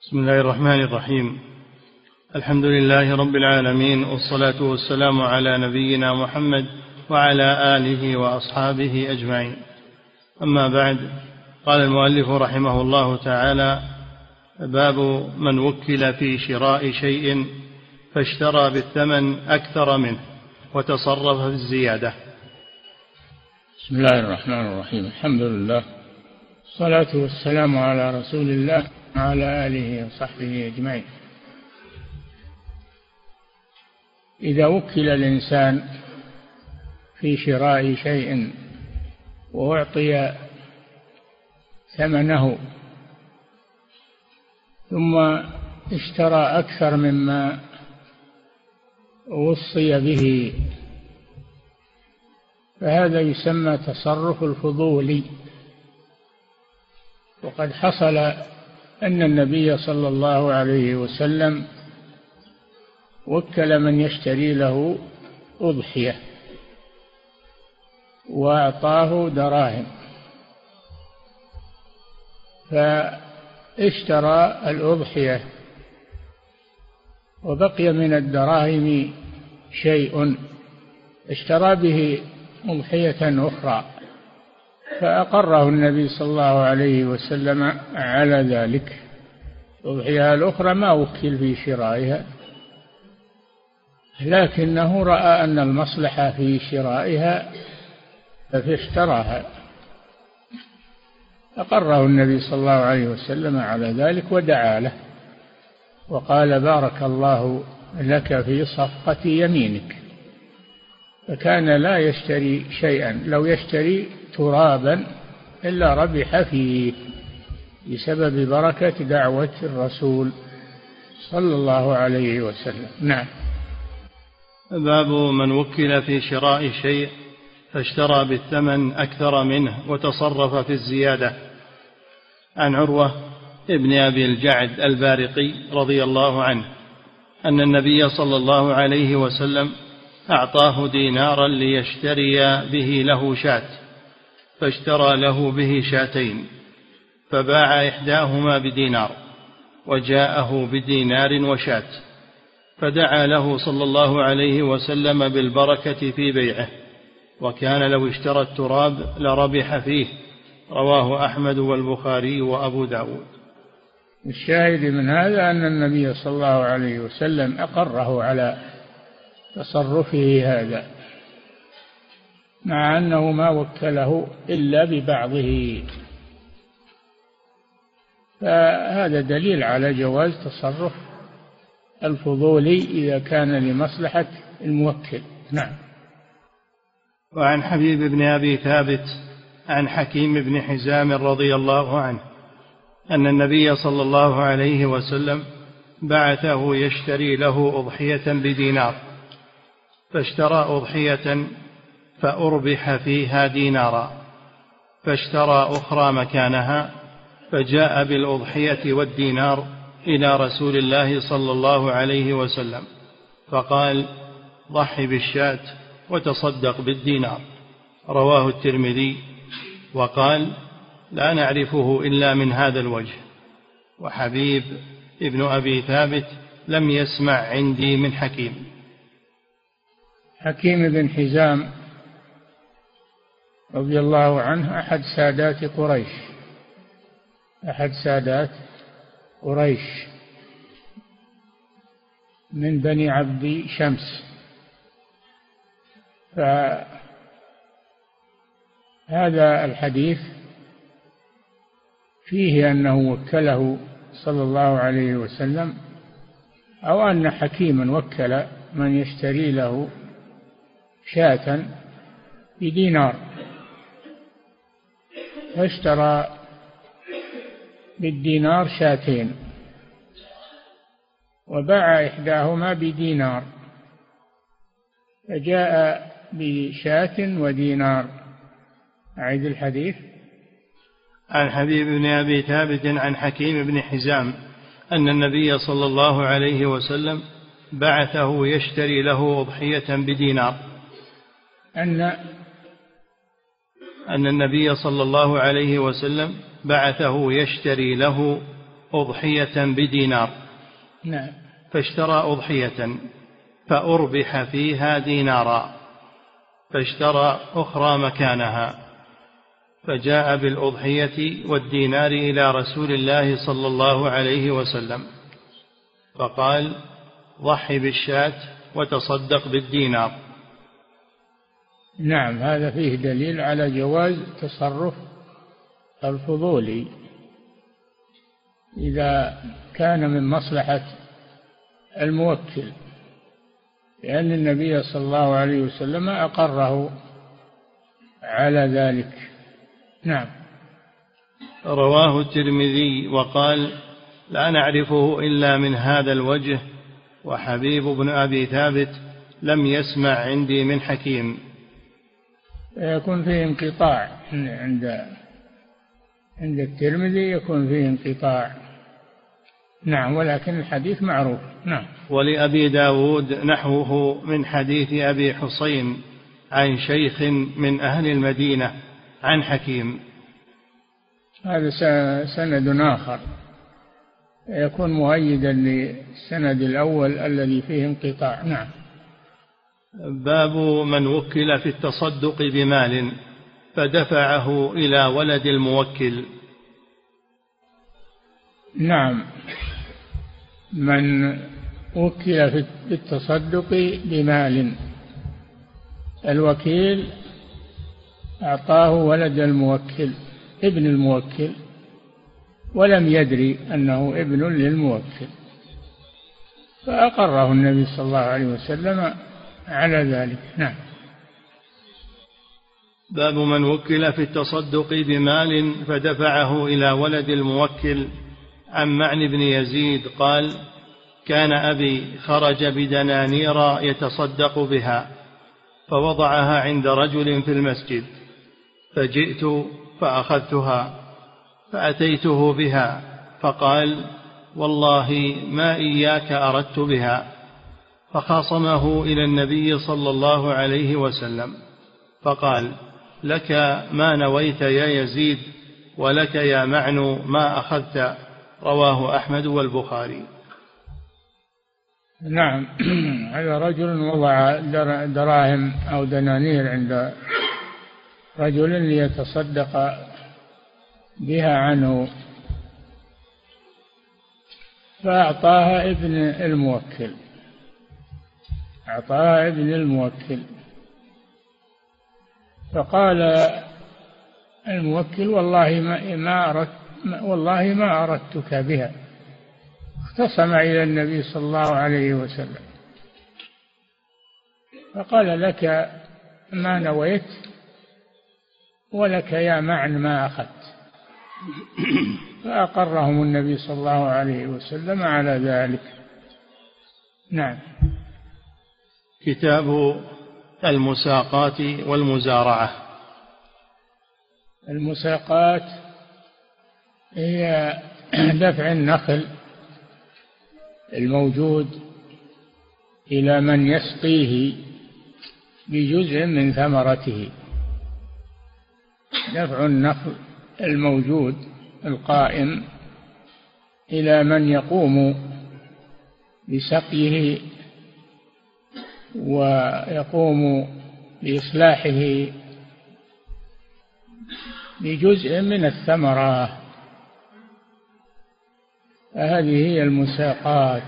بسم الله الرحمن الرحيم. الحمد لله رب العالمين، والصلاة والسلام على نبينا محمد وعلى آله وأصحابه أجمعين. أما بعد، قال المؤلف رحمه الله تعالى: باب من وكل في شراء شيء فاشترى بالثمن أكثر منه وتصرف في الزيادة. بسم الله الرحمن الرحيم. الحمد لله، الصلاة والسلام على رسول الله وعلى آله وصحبه أجمعين. إذا وكل الإنسان في شراء شيء وأعطي ثمنه ثم اشترى أكثر مما وصي به، فهذا يسمى تصرف الفضولي. وقد حصل أن النبي صلى الله عليه وسلم وكل من يشتري له أضحية وأعطاه دراهم، فاشترى الأضحية وبقي من الدراهم شيء اشترى به أضحية أخرى، فأقره النبي صلى الله عليه وسلم على ذلك. الأضحية الأخرى ما وكل في شرائها، لكنه رأى أن المصلحة في شرائها فاشتراها، أقره النبي صلى الله عليه وسلم على ذلك ودعا له وقال: بارك الله لك في صفقة يمينك. فكان لا يشتري شيئا، لو يشتري ترابا إلا ربح فيه بسبب بركة دعوة الرسول صلى الله عليه وسلم. نعم. باب من وكل في شراء شيء فاشترى بالثمن أكثر منه وتصرف في الزيادة. عن عروة ابن أبي الجعد البارقي رضي الله عنه أن النبي صلى الله عليه وسلم أعطاه دينارا ليشتري به له شاة، فاشترى له به شاتين، فباع إحداهما بدينار وجاءه بدينار وشاة، فدعا له صلى الله عليه وسلم بالبركة في بيعه، وكان لو اشترى التراب لربح فيه. رواه أحمد والبخاري وأبو داود. الشاهد من هذا أن النبي صلى الله عليه وسلم أقره على تصرفه هذا، مع أنه ما وكله إلا ببعضه، فهذا دليل على جواز تصرف الفضولي إذا كان لمصلحة الموكل. نعم. وعن حبيب بن أبي ثابت عن حكيم بن حزام رضي الله عنه أن النبي صلى الله عليه وسلم بعثه يشتري له أضحية بدينار، فاشترى أضحية فأربح فيها دينارا، فاشترى أخرى مكانها، فجاء بالأضحية والدينار إلى رسول الله صلى الله عليه وسلم، فقال: ضحي بالشاة وتصدق بالدينار. رواه الترمذي، وقال: لا نعرفه إلا من هذا الوجه. وحبيب ابن أبي ثابت لم يسمع عندي من حكيم. حكيم بن حزام رضي الله عنه أحد سادات قريش من بني عبد شمس. فهذا الحديث فيه أنه وكله صلى الله عليه وسلم، أو أن حكيما وكل من يشتري له شاة بدينار، فاشترى بالدينار شاتين وباع إحداهما بدينار، فجاء بشاة ودينار. أعيد الحديث. عن حبيب بن أبي ثابت عن حكيم بن حزام أن النبي صلى الله عليه وسلم بعثه يشتري له أضحية بدينار. أن النبي صلى الله عليه وسلم بعثه يشتري له أضحية بدينار. نعم. فاشترى أضحية فأربح فيها دينارا، فاشترى أخرى مكانها، فجاء بالأضحية والدينار إلى رسول الله صلى الله عليه وسلم، فقال: ضحي بالشاة وتصدق بالدينار. نعم، هذا فيه دليل على جواز تصرف الفضولي إذا كان من مصلحة الموكل، لأن النبي صلى الله عليه وسلم أقره على ذلك. نعم. رواه الترمذي وقال: لا نعرفه إلا من هذا الوجه، وحبيب بن أبي ثابت لم يسمع عندي من حكيم. يكون فيه انقطاع عند الترمذي، يكون فيه انقطاع. نعم، ولكن الحديث معروف. نعم. ولأبي داود نحوه من حديث أبي حسين عن شيخ من أهل المدينة عن حكيم. هذا سند آخر يكون مؤيدا للسند الأول الذي فيه انقطاع. نعم. باب من وكل في التصدق بمال فدفعه إلى ولد الموكل. نعم، من وكل في التصدق بمال، الوكيل أعطاه ولد الموكل، ابن الموكل، ولم يدري أنه ابن للموكل، فأقره النبي صلى الله عليه وسلم على ذلك. نعم. باب من وكل في التصدق بمال فدفعه إلى ولد الموكل. عن معن بن يزيد قال: كان أبي خرج بدنانير يتصدق بها، فوضعها عند رجل في المسجد، فجئت فأخذتها فأتيته بها، فقال: والله ما إياك أردت بها، فخاصمه إلى النبي صلى الله عليه وسلم، فقال: لك ما نويت يا يزيد، ولك يا معن ما أخذت. رواه أحمد والبخاري. نعم. هذا رجل وضع دراهم أو دنانير عند رجل ليتصدق بها عنه، فأعطاها ابن الموكل، أعطاها ابن الموكل، فقال الموكل: والله ما أردتك بها. اختصم إلى النبي صلى الله عليه وسلم، فقال: لك ما نويت، ولك يا معن ما أخذت. فأقرهم النبي صلى الله عليه وسلم على ذلك. نعم. كتاب المساقات والمزارعة. المساقات هي دفع النخل الموجود إلى من يسقيه بجزء من ثمرته، دفع النخل الموجود القائم إلى من يقوم بسقيه ويقوم بإصلاحه بجزء من الثمرة، فهذه هي المساقات،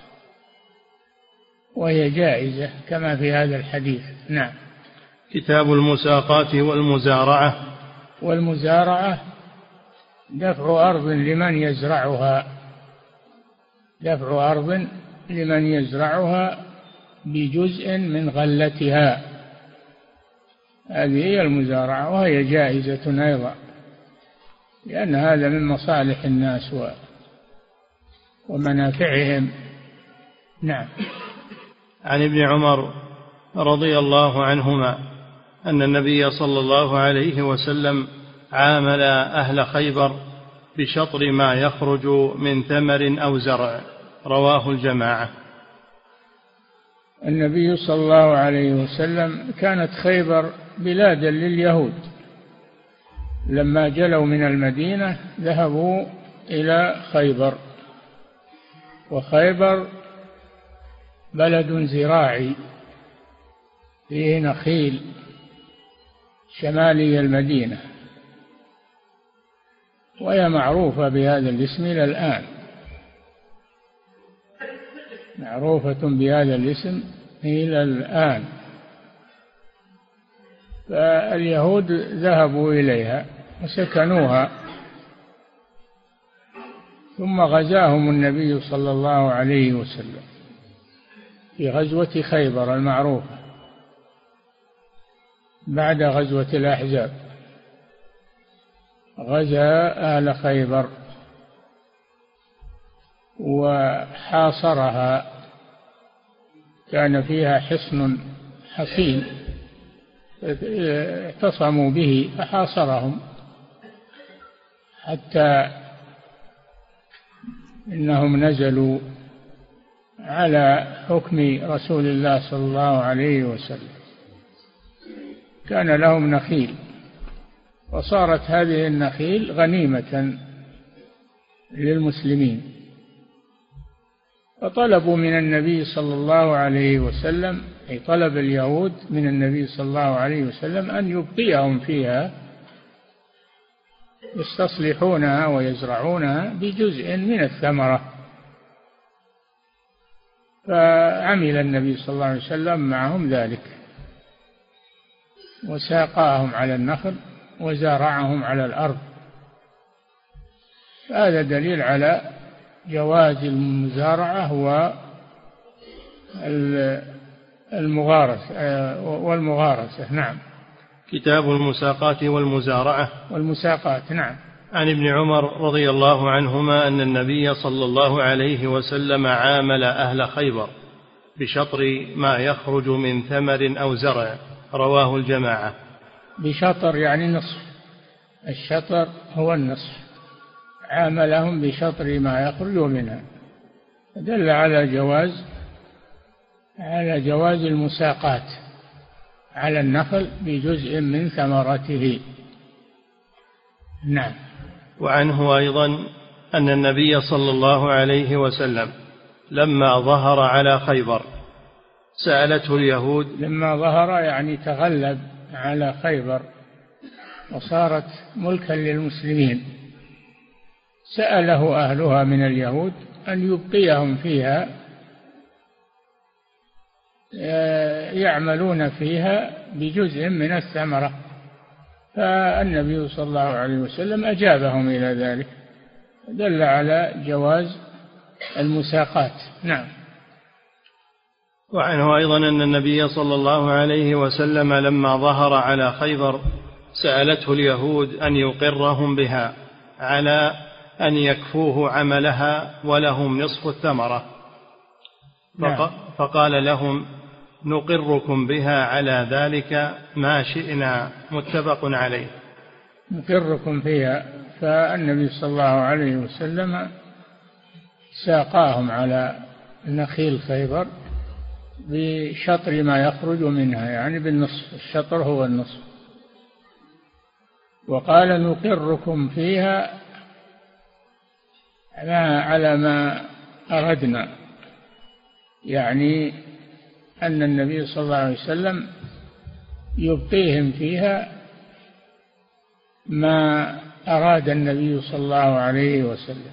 وهي جائزة كما في هذا الحديث. نعم. كتاب المساقات والمزارعة. والمزارعة دفع أرض لمن يزرعها، دفع أرض لمن يزرعها بجزء من غلتها، هذه هي المزارعة، وهي جائزة أيضا، لأن هذا من مصالح الناس ومنافعهم. نعم. عن ابن عمر رضي الله عنهما أن النبي صلى الله عليه وسلم عامل أهل خيبر بشطر ما يخرج من ثمر أو زرع. رواه الجماعة. النبي صلى الله عليه وسلم كانت خيبر بلادا لليهود، لما جلوا من المدينة ذهبوا إلى خيبر. وخيبر بلد زراعي فيه نخيل شمالي المدينة، وهي معروفة بهذا الاسم إلى الآن، معروفة بهذا الاسم إلى الآن. فاليهود ذهبوا إليها وسكنوها، ثم غزاهم النبي صلى الله عليه وسلم في غزوة خيبر المعروفة بعد غزوة الأحزاب، غزا آل خيبر وحاصرها، كان فيها حصن حصين اعتصموا به فحاصرهم، حتى إنهم نزلوا على حكم رسول الله صلى الله عليه وسلم. كان لهم نخيل، وصارت هذه النخيل غنيمة للمسلمين، فطلبوا من النبي صلى الله عليه وسلم، أي طلب اليهود من النبي صلى الله عليه وسلم أن يبقيهم فيها يستصلحونها ويزرعونها بجزء من الثمرة. فعمل النبي صلى الله عليه وسلم معهم ذلك، وساقاهم على النخل وزارعهم على الأرض. هذا دليل على جواز المزارعة والمغارسة. نعم. كتاب المساقات والمزارعة. نعم. عن ابن عمر رضي الله عنهما أن النبي صلى الله عليه وسلم عامل أهل خيبر بشطر ما يخرج من ثمر أو زرع، رواه الجماعة. بشطر يعني نصف، الشطر هو النصف، عاملهم بشطر ما يخرج منها، دل على جواز المساقات على النخل بجزء من ثمرته. نعم. وعنه أيضا أن النبي صلى الله عليه وسلم لما ظهر على خيبر سألته اليهود، لما ظهر يعني تغلب على خيبر وصارت ملكا للمسلمين، سأله أهلها من اليهود أن يبقيهم فيها يعملون فيها بجزء من الثمرة، فالنبي صلى الله عليه وسلم أجابهم إلى ذلك، دل على جواز المساقات. نعم. وعنه أيضا أن النبي صلى الله عليه وسلم لما ظهر على خيبر سألته اليهود أن يقرهم بها على أن يكفوه عملها ولهم نصف الثمرة، فقال لهم نقركم بها على ذلك ما شئنا، متفق عليه. نقركم فيها، فالنبي صلى الله عليه وسلم ساقاهم على نخيل خيبر بشطر ما يخرج منها، يعني بالنصف، الشطر هو النصف، وقال نقركم فيها على ما أردنا، يعني أن النبي صلى الله عليه وسلم يبقيهم فيها ما أراد النبي صلى الله عليه وسلم.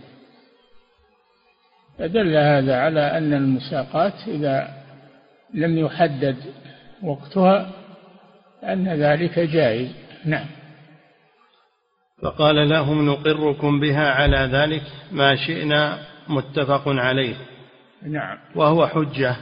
فدل هذا على أن المساقات إذا لم يحدد وقتها أن ذلك جائز. نعم. فقال لهم نقركم بها على ذلك ما شئنا، متفق عليه. نعم. وهو حجة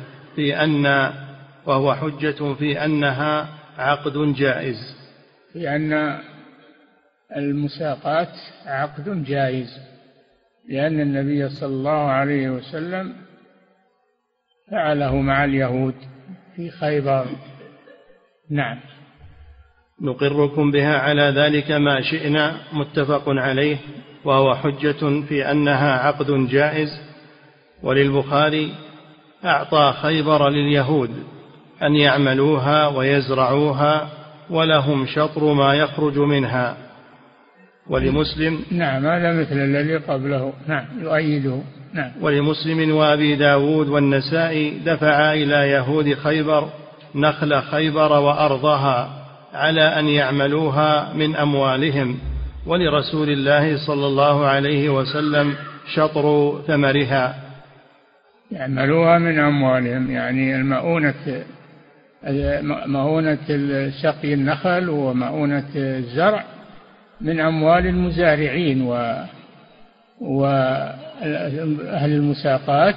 في أنها عقد جائز، في أن المساقات عقد جائز، لأن النبي صلى الله عليه وسلم فعله مع اليهود في خيبر. نعم. نقركم بها على ذلك ما شئنا، متفق عليه. وهو حجة في أنها عقد جائز. وللبخاري أعطى خيبر لليهود أن يعملوها ويزرعوها ولهم شطر ما يخرج منها، ولمسلم نعم هذا مثل الذي قبله، نعم يؤيده. نعم. ولمسلم وأبي داود والنسائي دفع إلى يهود خيبر نخل خيبر وأرضها على أن يعملوها من أموالهم، ولرسول الله صلى الله عليه وسلم شطر ثمرها. يعملوها من أموالهم يعني مؤونة سقي النخل ومؤونة الزرع من أموال المزارعين وأهل المساقات،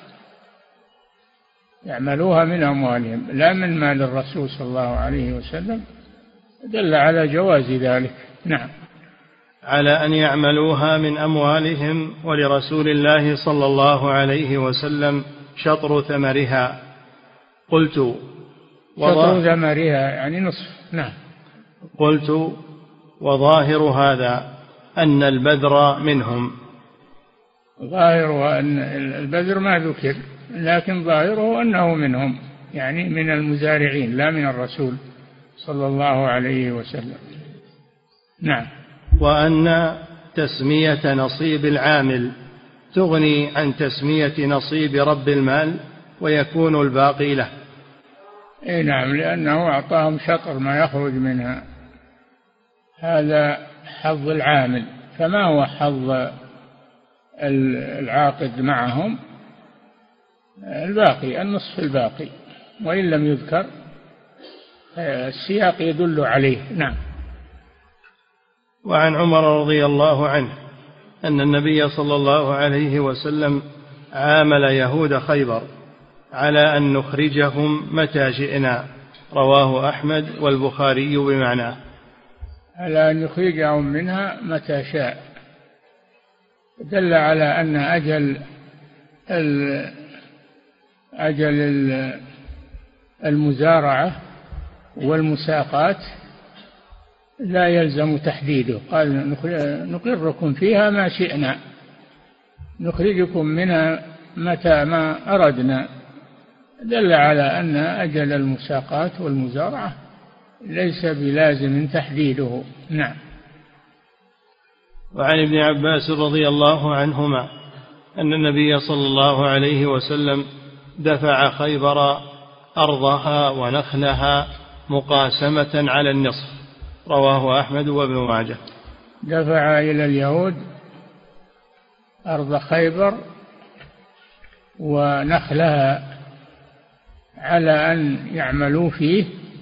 يعملوها من أموالهم لا من مال الرسول صلى الله عليه وسلم، دل على جواز ذلك. نعم. على أن يعملوها من أموالهم، ولرسول الله صلى الله عليه وسلم شطر ثمرها. قلت شطر ثمرها يعني نصف. نعم. قلت وظاهر هذا أن البذر منهم. ظاهره أن البذر ما ذكر، لكن ظاهره أنه منهم، يعني من المزارعين لا من الرسول صلى الله عليه وسلم. نعم. وأن تسمية نصيب العامل تغني عن تسمية نصيب رب المال ويكون الباقي له. اي نعم، لأنه أعطاهم شطر ما يخرج منها، هذا حظ العامل، فما هو حظ العاقد معهم؟ الباقي، النصف الباقي، وإن لم يذكر السياق يدل عليه. نعم. وعن عمر رضي الله عنه أن النبي صلى الله عليه وسلم عامل يهود خيبر على أن نخرجهم متى شئنا، رواه أحمد والبخاري بمعناه. على أن يخرجهم منها متى شاء، دل على أن أجل المزارعة والمساقات لا يلزم تحديده. قال نقركم فيها ما شئنا، نخرجكم منها متى ما أردنا، دل على أن أجل المساقات والمزارعة ليس بلازم تحديده. نعم. وعن ابن عباس رضي الله عنهما أن النبي صلى الله عليه وسلم دفع خيبر أرضها ونخلها مقاسمة على النصف، رواه أحمد وابن ماجه. دفع إلى اليهود أرض خيبر ونخلها على أن يعملوا فيه،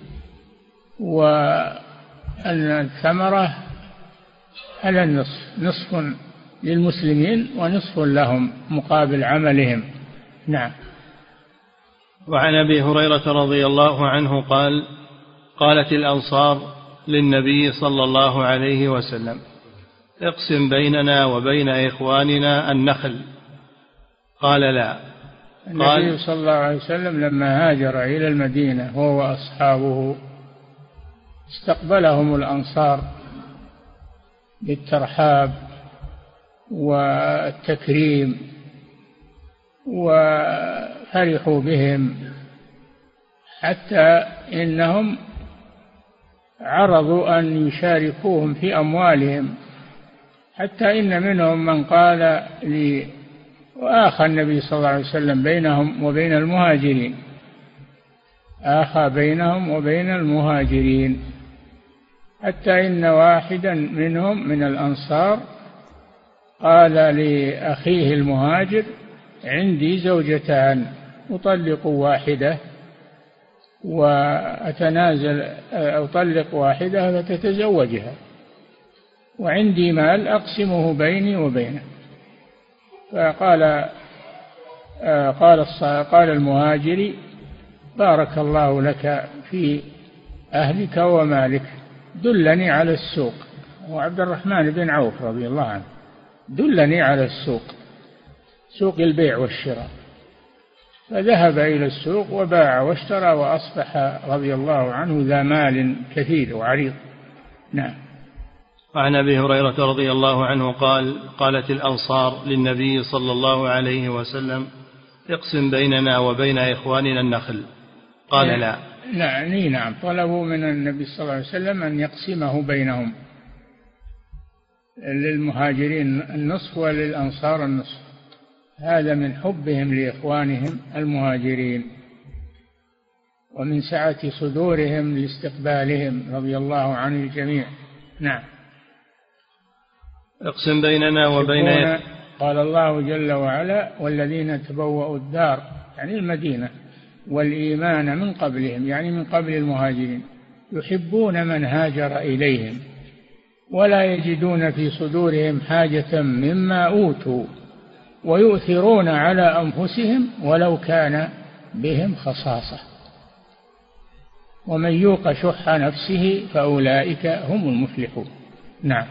وأن الثمرة على النصف، نصف للمسلمين ونصف لهم مقابل عملهم. نعم. وعن أبي هريرة رضي الله عنه قال: قالت الأنصار للنبي صلى الله عليه وسلم: اقسم بيننا وبين إخواننا النخل. قال: لا. النبي صلى الله عليه وسلم لما هاجر إلى المدينة هو وأصحابه استقبلهم الأنصار بالترحاب والتكريم، وفرحوا بهم حتى إنهم عرضوا أن يشاركوهم في أموالهم، حتى إن منهم من قال لي، وآخى النبي صلى الله عليه وسلم بينهم وبين المهاجرين، آخى بينهم وبين المهاجرين، حتى إن واحدا منهم من الأنصار قال لأخيه المهاجر: عندي زوجتان، أطلق واحدة وأتنازل، أطلق واحدة فتتزوجها، وعندي مال أقسمه بيني وبينه. فقال قال المهاجر: بارك الله لك في أهلك ومالك، دلني على السوق. وعبد الرحمن بن عوف رضي الله عنه: دلني على السوق، سوق البيع والشراء. فذهب إلى السوق وباع واشترى، وأصبح رضي الله عنه ذا مال كثير وعريض. نعم. وعن أبي هريرة رضي الله عنه قال: قالت الأنصار للنبي صلى الله عليه وسلم: اقسم بيننا وبين إخواننا النخل. قال: لا. نعم، طلبوا من النبي صلى الله عليه وسلم أن يقسمه بينهم، للمهاجرين النصف وللأنصار النصف، هذا من حبهم لإخوانهم المهاجرين ومن سعة صدورهم لاستقبالهم رضي الله عن الجميع. نعم. اقسم بيننا وبين، قال الله جل وعلا: والذين تبوأوا الدار يعني المدينة والإيمان من قبلهم يعني من قبل المهاجرين يحبون من هاجر إليهم ولا يجدون في صدورهم حاجة مما أوتوا ويؤثرون على أنفسهم ولو كان بهم خصاصة ومن يوق شح نفسه فأولئك هم المفلحون. نعم.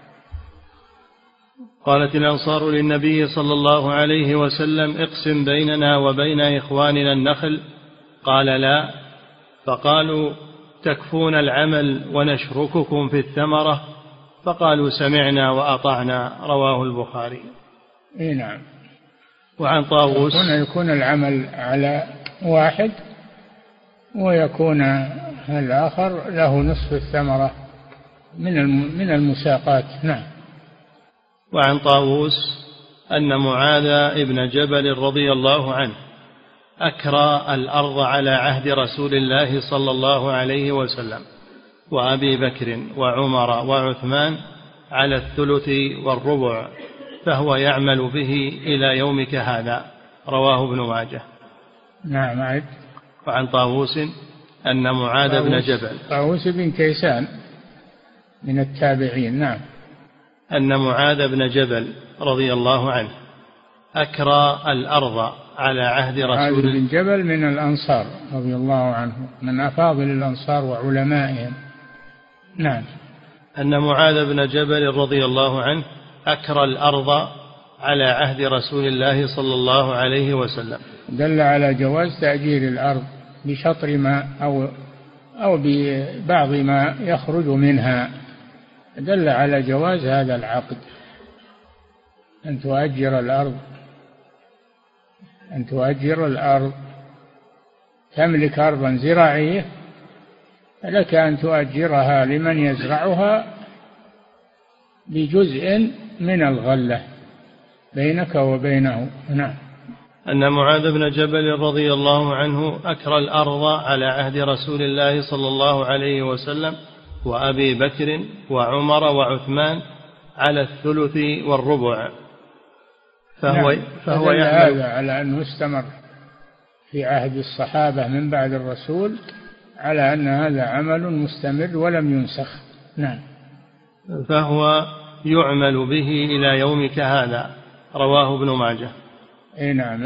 قالت الأنصار للنبي صلى الله عليه وسلم: اقسم بيننا وبين إخواننا النخل. قال: لا. فقالوا: تكفون العمل ونشرككم في الثمرة. فقالوا: سمعنا وأطعنا. رواه البخاري. نعم. وعن طاووس يكون العمل على واحد ويكون الآخر له نصف الثمرة من المساقات. نعم. وعن طاووس أن معاذ بن جبل رضي الله عنه أكرى الأرض على عهد رسول الله صلى الله عليه وسلم وأبي بكر وعمر وعثمان على الثلث والربع، فهو يعمل به إلى يومك هذا. رواه ابن ماجه. نعم. وعن طاووس أن معاذ بن جبل، طاووس بن كيسان من التابعين. نعم. أن معاذ بن جبل رضي الله عنه أكرى الأرض على عهد رسول الله. معاذ بن جبل من الأنصار رضي الله عنه، من أفاضل الأنصار وعلمائهم. نعم. أن معاذ بن جبل رضي الله عنه أكرى الأرض على عهد رسول الله صلى الله عليه وسلم، دل على جواز تأجير الأرض بشطر ما أو ببعض ما يخرج منها، دل على جواز هذا العقد، أن تؤجر الأرض تملك أرضا زراعية لك أن تؤجرها لمن يزرعها بجزء من الغلة بينك وبينه. نعم. أن معاذ بن جبل رضي الله عنه أكرى الأرض على عهد رسول الله صلى الله عليه وسلم وأبي بكر وعمر وعثمان على الثلث والربع، فهو يعمل هذا على أنه استمر في عهد الصحابة من بعد الرسول على أن هذا عمل مستمر ولم ينسخ. نعم. فهو يعمل به إلى يومك هذا. رواه ابن ماجه. نعم.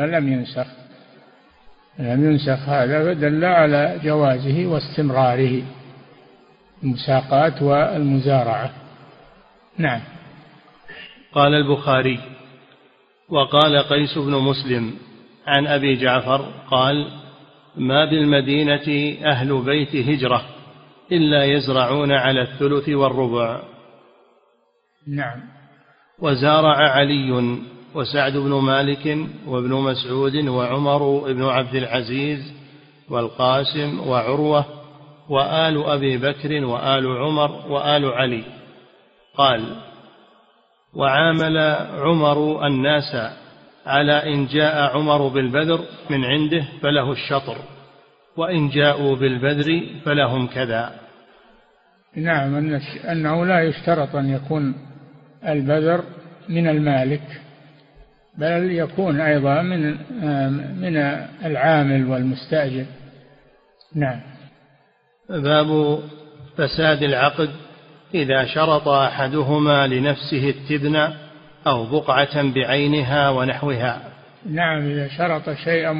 لم ينسخ هذا، فدل على جوازه واستمراره، المساقات والمزارعة. نعم. قال البخاري: وقال قيس بن مسلم عن أبي جعفر قال: ما بالمدينة أهل بيت هجرة إلا يزرعون على الثلث والربع. نعم. وزارع علي وسعد بن مالك وابن مسعود وعمر بن عبد العزيز والقاسم وعروة وآل أبي بكر وآل عمر وآل علي. قال: وعامل عمر الناس على إن جاء عمر بالبذر من عنده فله الشطر، وإن جاءوا بالبذر فلهم كذا. نعم. أنه لا يشترط أن يكون البذر من المالك، بل يكون أيضا من العامل والمستأجر. نعم. باب فساد العقد إذا شرط أحدهما لنفسه التبن أو بقعة بعينها ونحوها. نعم. إذا شرط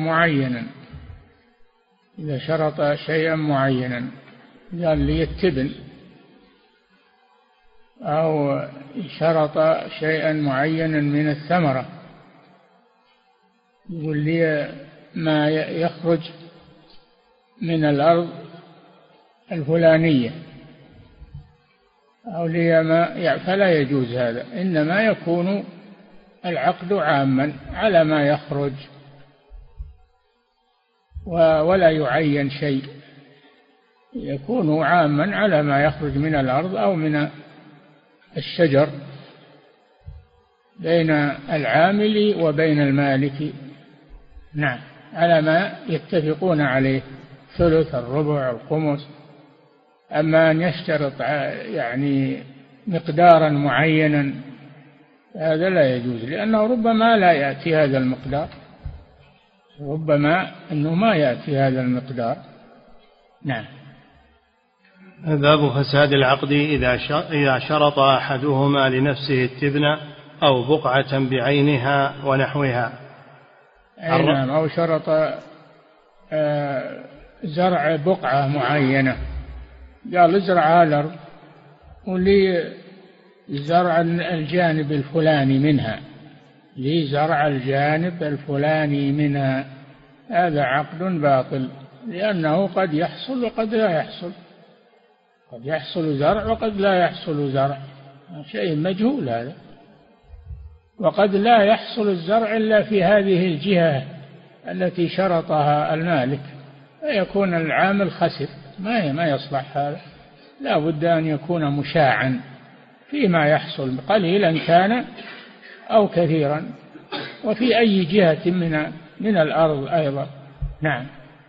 شيئا معينا قال لي التبن، أو شرط شيئا معينا من الثمرة، يقول لي ما يخرج من الأرض الفلانية أو لي ما، فلا يجوز هذا، إنما يكون العقد عاما على ما يخرج ولا يعين شيء، يكون عاما على ما يخرج من الأرض أو من الشجر بين العامل وبين المالك، نعم، على ما يتفقون عليه، ثلث، الربع، الخمس. أما أن يشترط يعني مقدارا معينا هذا لا يجوز، لأنه ربما لا يأتي هذا المقدار، ربما أنه ما يأتي هذا المقدار. نعم. باب فساد العقد إذا شرط أحدهما لنفسه التبن أو بقعة بعينها ونحوها. نعم، أو شرط زرع بقعة معينة، قال ازرع الأرض ولي زرع الجانب الفلاني منها، لي زرع الجانب الفلاني منها، هذا عقد باطل، لأنه قد يحصل وقد لا يحصل، قد يحصل زرع وقد لا يحصل زرع، شيء مجهول هذا. وقد لا يحصل الزرع إلا في هذه الجهة التي شرطها المالك، فيكون العامل خسر، ما يصلح هذا، لا بد أن يكون مشاعا فيما يحصل، قليلا كان أو كثيرا، وفي أي جهة من الأرض أيضا. نعم.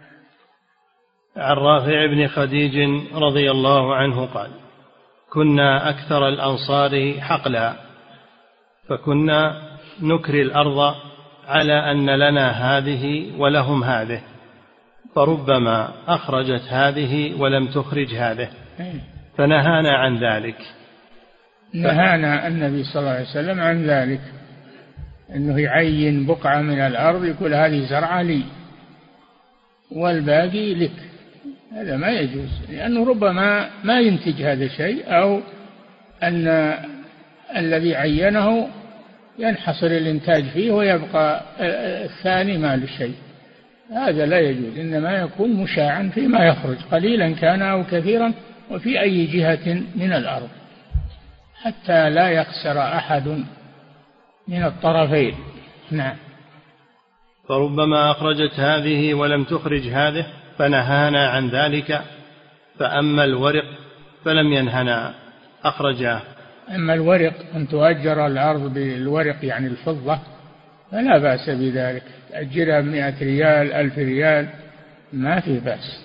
عن رافع بن خديج رضي الله عنه قال: كنا أكثر الأنصار حقلا، فكنا نكري الأرض على أن لنا هذه ولهم هذه، فربما أخرجت هذه ولم تخرج هذه، فنهانا عن ذلك. نهانا النبي صلى الله عليه وسلم عن ذلك، أنه يعين بقعة من الأرض يقول هذه زرعة لي والباقي لك، هذا ما يجوز، لأنه ربما ما ينتج هذا الشيء، أو أن الذي عينه ينحصر الإنتاج فيه ويبقى الثاني ما له شيء، هذا لا يجوز، إنما يكون مشاعا فيما يخرج، قليلا كان أو كثيرا، وفي أي جهة من الأرض، حتى لا يخسر أحد من الطرفين. نعم. فربما أخرجت هذه ولم تخرج هذه، فنهانا عن ذلك. فأما الورق فلم ينهنا، أخرجاه. أما الورق، أن تؤجر الأرض بالورق يعني الفضة، فلا بأس بذلك، تأجرها 100 ريال 1000 ريال ما في بأس،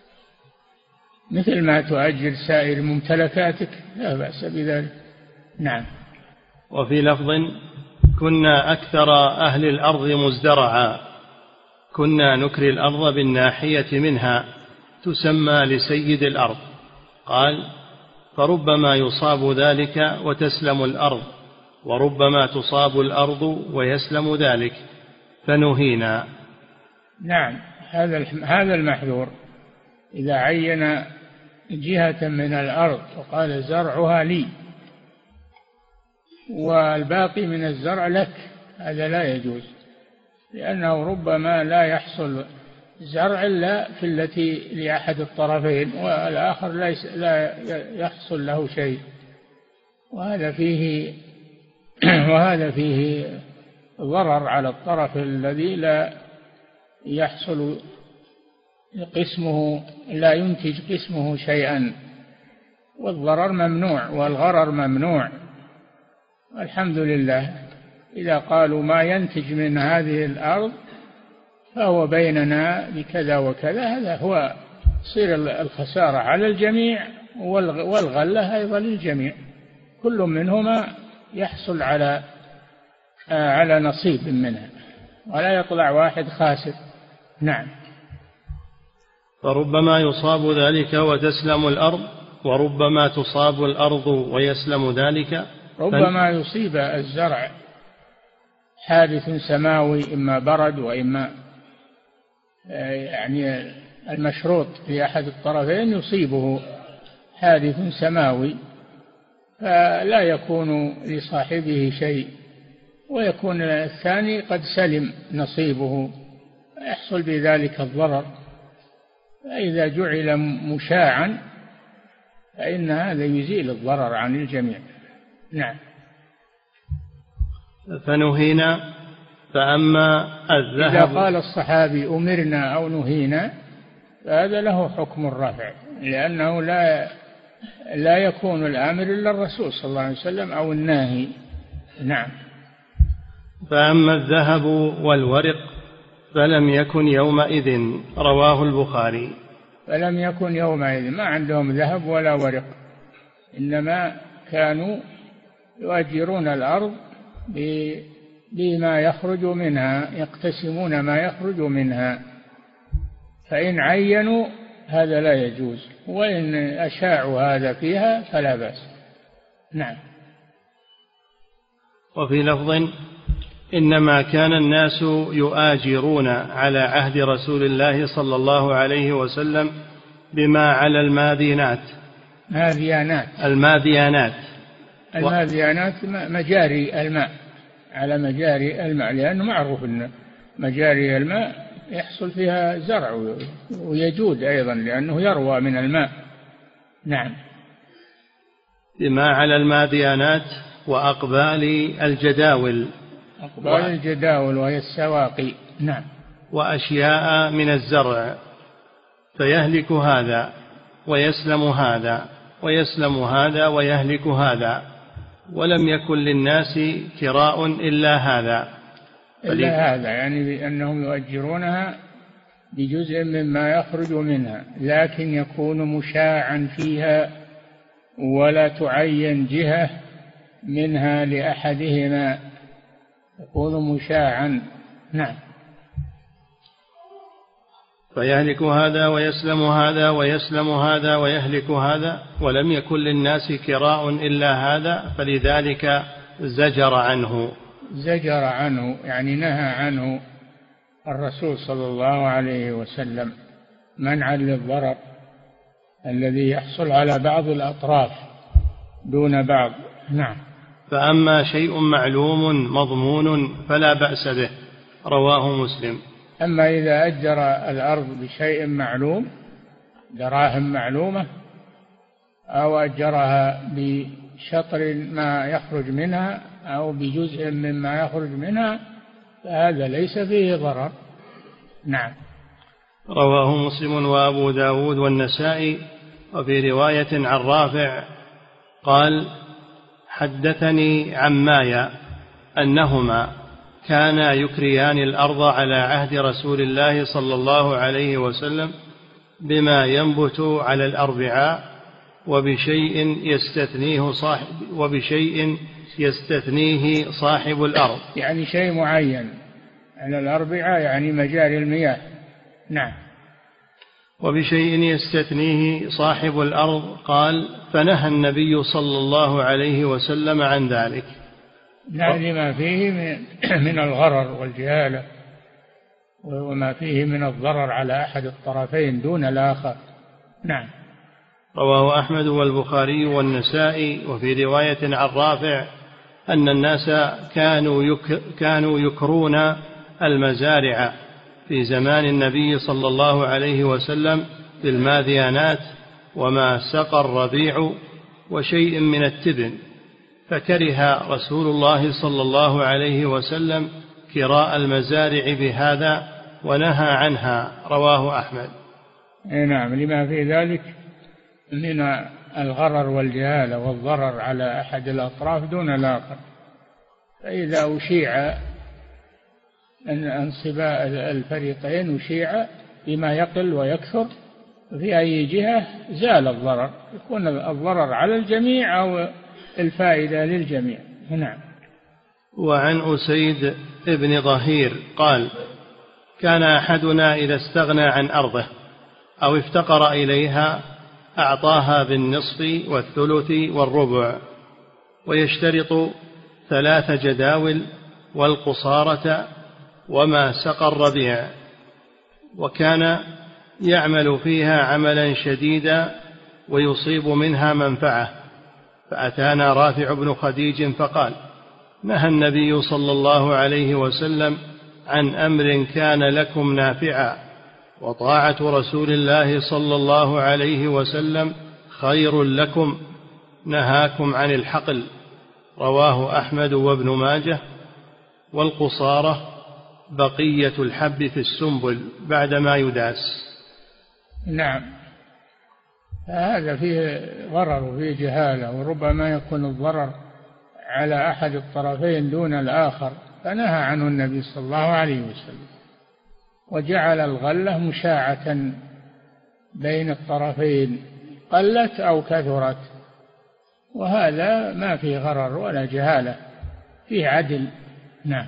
مثل ما تؤجر سائر ممتلكاتك، لا بأس بذلك. نعم. وفي لفظ: كنا أكثر أهل الأرض مزدرعا، كنا نكري الأرض بالناحية منها، تسمى لسيد الأرض. قال: فربما يصاب ذلك وتسلم الأرض، وربما تصاب الأرض ويسلم ذلك، فنهينا. نعم، هذا المحذور، إذا عين جهة من الأرض وقال زرعها لي والباقي من الزرع لك، هذا لا يجوز، لأنه ربما لا يحصل زرع إلا في التي لأحد الطرفين، والآخر لا يحصل له شيء، وهذا فيه ضرر على الطرف الذي لا يحصل قسمه، لا ينتج قسمه شيئا، والضرر ممنوع والغرر ممنوع. الحمد لله، إذا قالوا ما ينتج من هذه الأرض فهو بيننا بكذا وكذا، هذا هو تصير الخسارة على الجميع، والغلة أيضا للجميع، كل منهما يحصل على نصيب منها، ولا يطلع واحد خاسر. نعم. فربما يصاب ذلك وتسلم الأرض، وربما تصاب الأرض ويسلم ذلك. ربما يصيب الزرع حادث سماوي، إما برد وإما يعني المشروط في أحد الطرفين يصيبه حادث سماوي، فلا يكون لصاحبه شيء، ويكون الثاني قد سلم نصيبه، يحصل بذلك الضرر. فإذا جعل مشاعا فإن هذا يزيل الضرر عن الجميع. نعم. فنهينا. فأما الذهب، إذا قال الصحابي أمرنا أو نهينا فهذا له حكم الرفع، لأنه لا يكون الآمر إلا الرسول صلى الله عليه وسلم أو الناهي. نعم. فأما الذهب والورق فلم يكن يومئذ. رواه البخاري. فلم يكن يومئذ، ما عندهم ذهب ولا ورق، إنما كانوا يؤجرون الأرض بما يخرج منها، يقتسمون ما يخرج منها، فإن عينوا هذا لا يجوز، وإن أشاعوا هذا فيها فلا بأس. نعم. وفي لفظ: إنما كان الناس يؤاجرون على عهد رسول الله صلى الله عليه وسلم بما على الماذينات. الماذيانات مجاري الماء، على مجاري الماء، لأنه معروف أن مجاري الماء يحصل فيها زرع ويجود أيضا لأنه يروى من الماء. نعم. بما على الماذيانات وأقبال الجداول. وهي السواقي. نعم. وأشياء من الزرع، فيهلك هذا ويسلم هذا، ويسلم هذا ويهلك هذا، ولم يكن للناس كراء إلا هذا. يعني بأنهم يؤجرونها بجزء مما يخرج منها، لكن يكون مشاعا فيها ولا تعين جهة منها لأحدهما، يكون مشاعا. نعم. فيهلك هذا ويسلم هذا ويسلم هذا ويهلك هذا، ولم يكن للناس كراء إلا هذا، فلذلك زجر عنه، يعني نهى عنه الرسول صلى الله عليه وسلم منعا للضرر الذي يحصل على بعض الأطراف دون بعض. نعم. فأما شيء معلوم مضمون فلا بأس به. رواه مسلم. أما إذا أجر الأرض بشيء معلوم، دراهم معلومة، أو أجرها بشطر ما يخرج منها أو بجزء مما يخرج منها، فهذا ليس فيه ضرر. نعم. رواه مسلم وأبو داود والنسائي. وفي رواية عن رافع قال: حدثني عماي أنهما كانا يكريان الأرض على عهد رسول الله صلى الله عليه وسلم بما ينبت على الأربعاء، وبشيء يستثنيه صاحب الأرض. يعني شيء معين على الأربعاء، يعني مجاري المياه. نعم. وبشيء يستثنيه صاحب الأرض. قال: فنهى النبي صلى الله عليه وسلم عن ذلك. لما فيه من الغرر والجهالة، وما فيه من الضرر على أحد الطرفين دون الآخر. نعم. رواه أحمد والبخاري والنسائي. وفي رواية عن رافع أن الناس كانوا يكرون المزارع في زمان النبي صلى الله عليه وسلم بالماذيانات وما سقى الربيع وشيء من التبن، فكره رسول الله صلى الله عليه وسلم كراء المزارع بهذا ونهى عنها. رواه أحمد. نعم. لما في ذلك من الغرر والجهالة والضرر على أحد الأطراف دون الآخر. فإذا أشيع انصباء الفريقين، أشيع بما يقل ويكثر في أي جهة، زال الضرر، يكون الضرر على الجميع أو الفائدة للجميع. نعم. وعن أسيد ابن ظهير قال: كان أحدنا إذا استغنى عن أرضه أو افتقر إليها أعطاها بالنصف والثلث والربع، ويشترط 3 جداول والقصارة وما سقى الربيع، وكان يعمل فيها عملا شديدا ويصيب منها منفعة. فأتانا رافع بن خديج فقال: نهى النبي صلى الله عليه وسلم عن أمر كان لكم نافعا، وطاعة رسول الله صلى الله عليه وسلم خير لكم، نهاكم عن الحقل. رواه أحمد وابن ماجه. والقصارة بقية الحب في السنبل بعدما يداس. نعم. هذا فيه ضرر وفيه جهالة، وربما يكون الضرر على أحد الطرفين دون الآخر، فنهى عنه النبي صلى الله عليه وسلم، وجعل الغلة مشاعة بين الطرفين، قلت أو كثرت، وهذا ما فيه غرر ولا جهالة، فيه عدل. نعم.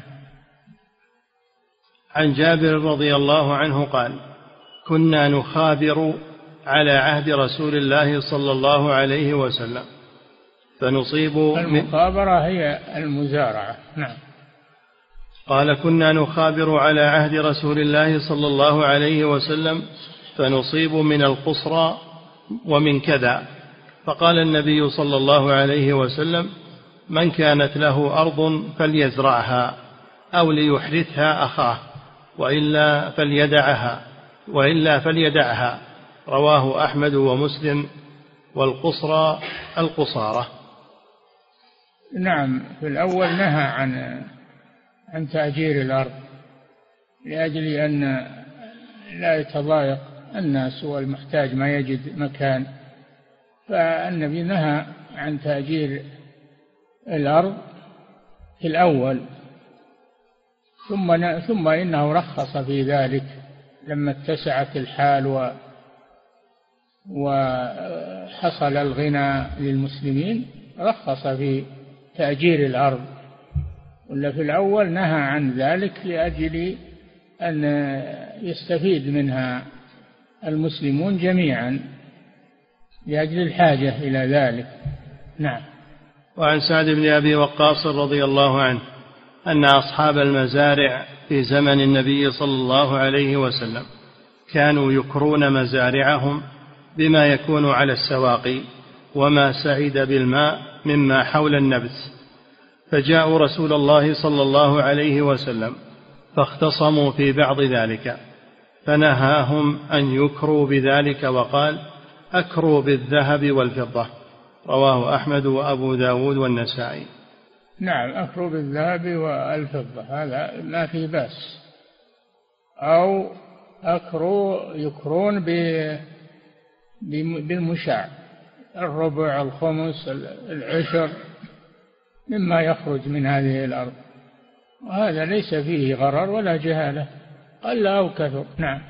عن جابر رضي الله عنه قال: كنا نخابر على عهد رسول الله صلى الله عليه وسلم فنصيب. المخابرة هي المزارعة. نعم. قال: كنا نخابر على عهد رسول الله صلى الله عليه وسلم فنصيب من القصرى ومن كذا، فقال النبي صلى الله عليه وسلم: من كانت له أرض فليزرعها أو ليحرثها أخاه، وإلا فليدعها. رواه أحمد ومسلم. والقصرى القصارى. نعم. في الأول نهى عن تأجير الأرض لأجل أن لا يتضايق الناس والمحتاج ما يجد مكان، فالنبي نهى عن تأجير الأرض في الأول، ثم إنه رخص في ذلك لما اتسعت الحال وحصل الغنى للمسلمين، رخص في تأجير الأرض، ولا في الأول نهى عن ذلك لأجل أن يستفيد منها المسلمون جميعا لأجل الحاجة إلى ذلك. نعم. وعن سعد بن أبي وقاص رضي الله عنه أن أصحاب المزارع في زمن النبي صلى الله عليه وسلم كانوا يكرون مزارعهم بما يكون على السواقي وما سعد بالماء مما حول النبت، فجاءوا رسول الله صلى الله عليه وسلم فاختصموا في بعض ذلك، فنهاهم أن يكروا بذلك وقال: أكروا بالذهب والفضة. رواه أحمد وأبو داود والنسائي. نعم. أكروا بالذهب والفضة هذا ما في بأس، أو يكرون بالمشاع، الربع، الخمس، العشر مما يخرج من هذه الأرض، وهذا ليس فيه غرر ولا جهالة، قل أو كثر. نعم.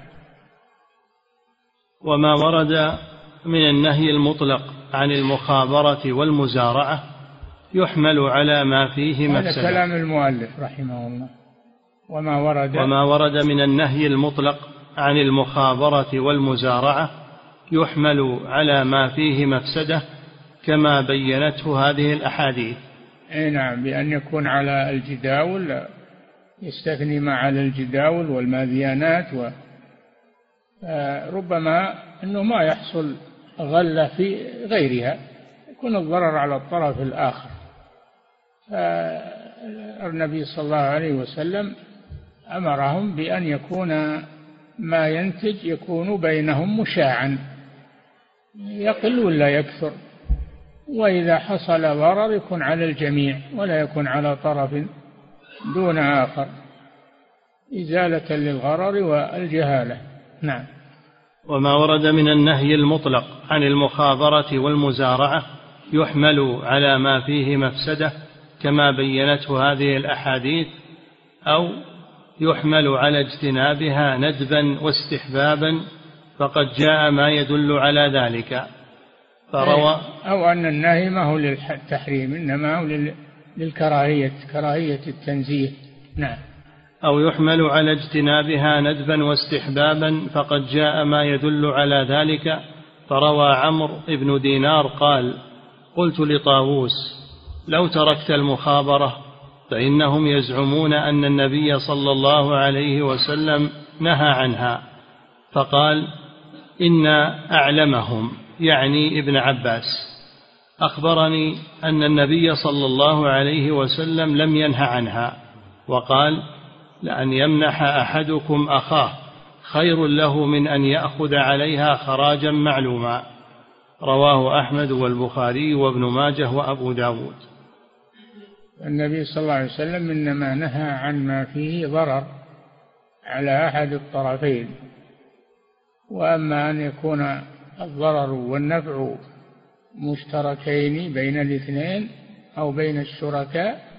وما ورد من النهي المطلق عن المخابرة والمزارعة يحمل على ما فيه مفسدة. هذا كلام المؤلف رحمه الله. وما ورد من النهي المطلق عن المخابرة والمزارعة يحمل على ما فيه مفسدة كما بينته هذه الأحاديث. نعم. بأن يكون على الجداول، يستثني ما على الجداول والماذيانات، وربما أنه ما يحصل غلة في غيرها، يكون الضرر على الطرف الآخر. النبي صلى الله عليه وسلم أمرهم بأن يكون ما ينتج يكون بينهم مشاعا، يقل ولا يكثر، وإذا حصل ضرر يكون على الجميع ولا يكون على طرف دون آخر، إزالة للغرر والجهالة. نعم. وما ورد من النهي المطلق عن المخابرة والمزارعة يحمل على ما فيه مفسدة كما بينته هذه الأحاديث، أو يحمل على اجتنابها ندبا واستحبابا، فقد جاء ما يدل على ذلك. أو أن النهي ما هو للتحريم، إنما هو للكراهية، كراهية التنزيه. نعم. أو يحمل على اجتنابها ندبا واستحبابا، فقد جاء ما يدل على ذلك. فروى عمرو بن دينار قال: قلت لطاووس: لو تركت المخابرة، فإنهم يزعمون أن النبي صلى الله عليه وسلم نهى عنها. فقال: إن أعلمهم، يعني ابن عباس، أخبرني أن النبي صلى الله عليه وسلم لم ينه عنها، وقال: لأن يمنح أحدكم أخاه خير له من أن يأخذ عليها خراجا معلوما. رواه أحمد والبخاري وابن ماجه وأبو داود. النبي صلى الله عليه وسلم إنما نهى عن ما فيه ضرر على أحد الطرفين، وأما أن يكون الضرر والنفع مشتركين بين الاثنين أو بين الشركاء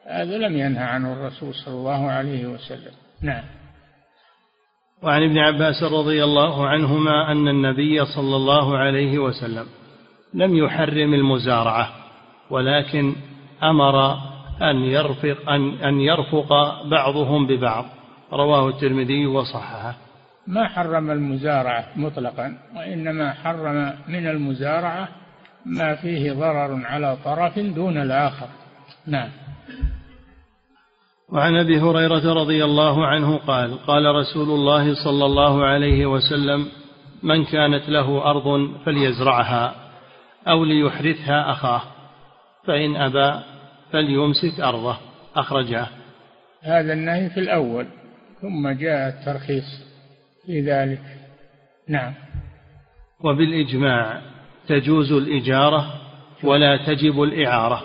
هذا لم ينهى عنه الرسول صلى الله عليه وسلم. نعم. وعن ابن عباس رضي الله عنهما أن النبي صلى الله عليه وسلم لم يحرم المزارعة، ولكن أمر أن يرفق بعضهم ببعض. رواه الترمذي وصححه. ما حرم المزارعة مطلقا، وإنما حرم من المزارعة ما فيه ضرر على طرف دون الآخر. نعم. وعن أبي هريرة رضي الله عنه قال: قال رسول الله صلى الله عليه وسلم: من كانت له أرض فليزرعها أو ليحرثها أخاه، فإن أبى فليمسك أرضه. أخرجه. هذا النهي في الأول، ثم جاء الترخيص في ذلك. نعم. وبالإجماع تجوز الإجارة ولا تجب الإعارة.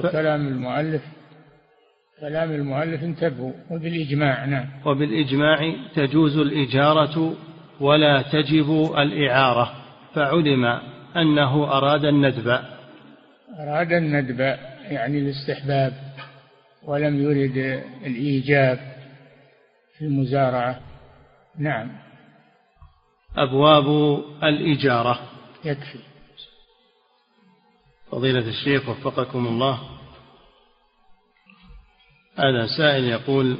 كلام المؤلف انتبهوا. وبالإجماع. نعم. وبالإجماع تجوز الإجارة ولا تجب الإعارة، فعلم أنه أراد الندب يعني الاستحباب، ولم يرد الإيجاب في المزارعة. نعم. أبواب الإجارة. يكفي. فضيلة الشيخ وفقكم الله، هذا سائل يقول: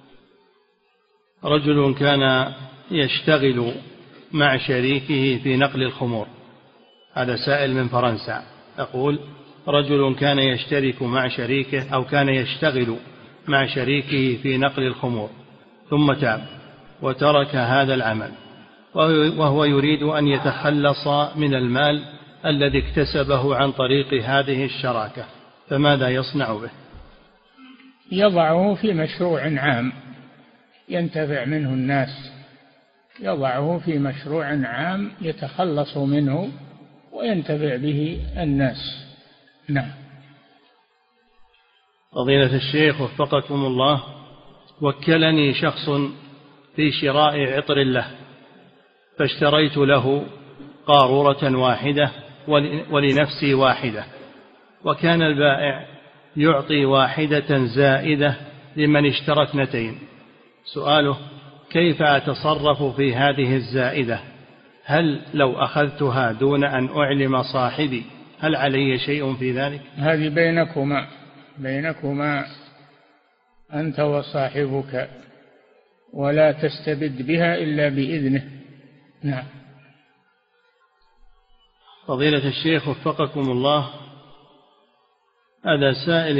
رجل كان يشتغل مع شريكه في نقل الخمور. هذا سائل من فرنسا، يقول: رجل كان يشترك مع شريكه أو كان يشتغل مع شريكه في نقل الخمور، ثم تاب وترك هذا العمل، وهو يريد أن يتخلص من المال الذي اكتسبه عن طريق هذه الشراكة، فماذا يصنع به؟ يضعه في مشروع عام ينتفع منه الناس، يضعه في مشروع عام يتخلص منه وينتفع به الناس. نعم. فضيلة الشيخ وفقكم الله، وكلني شخص في شراء عطر له، فاشتريت له قارورة واحدة ولنفسي واحدة، وكان البائع يعطي واحدة زائدة لمن اشترى 2. سؤاله: كيف أتصرف في هذه الزائدة؟ هل لو أخذتها دون أن أعلم صاحبي هل علي شيء في ذلك؟ هذه بينكما أنت وصاحبك، ولا تستبد بها إلا بإذنه. نعم. فضيلة الشيخ وفقكم الله، هذا سائل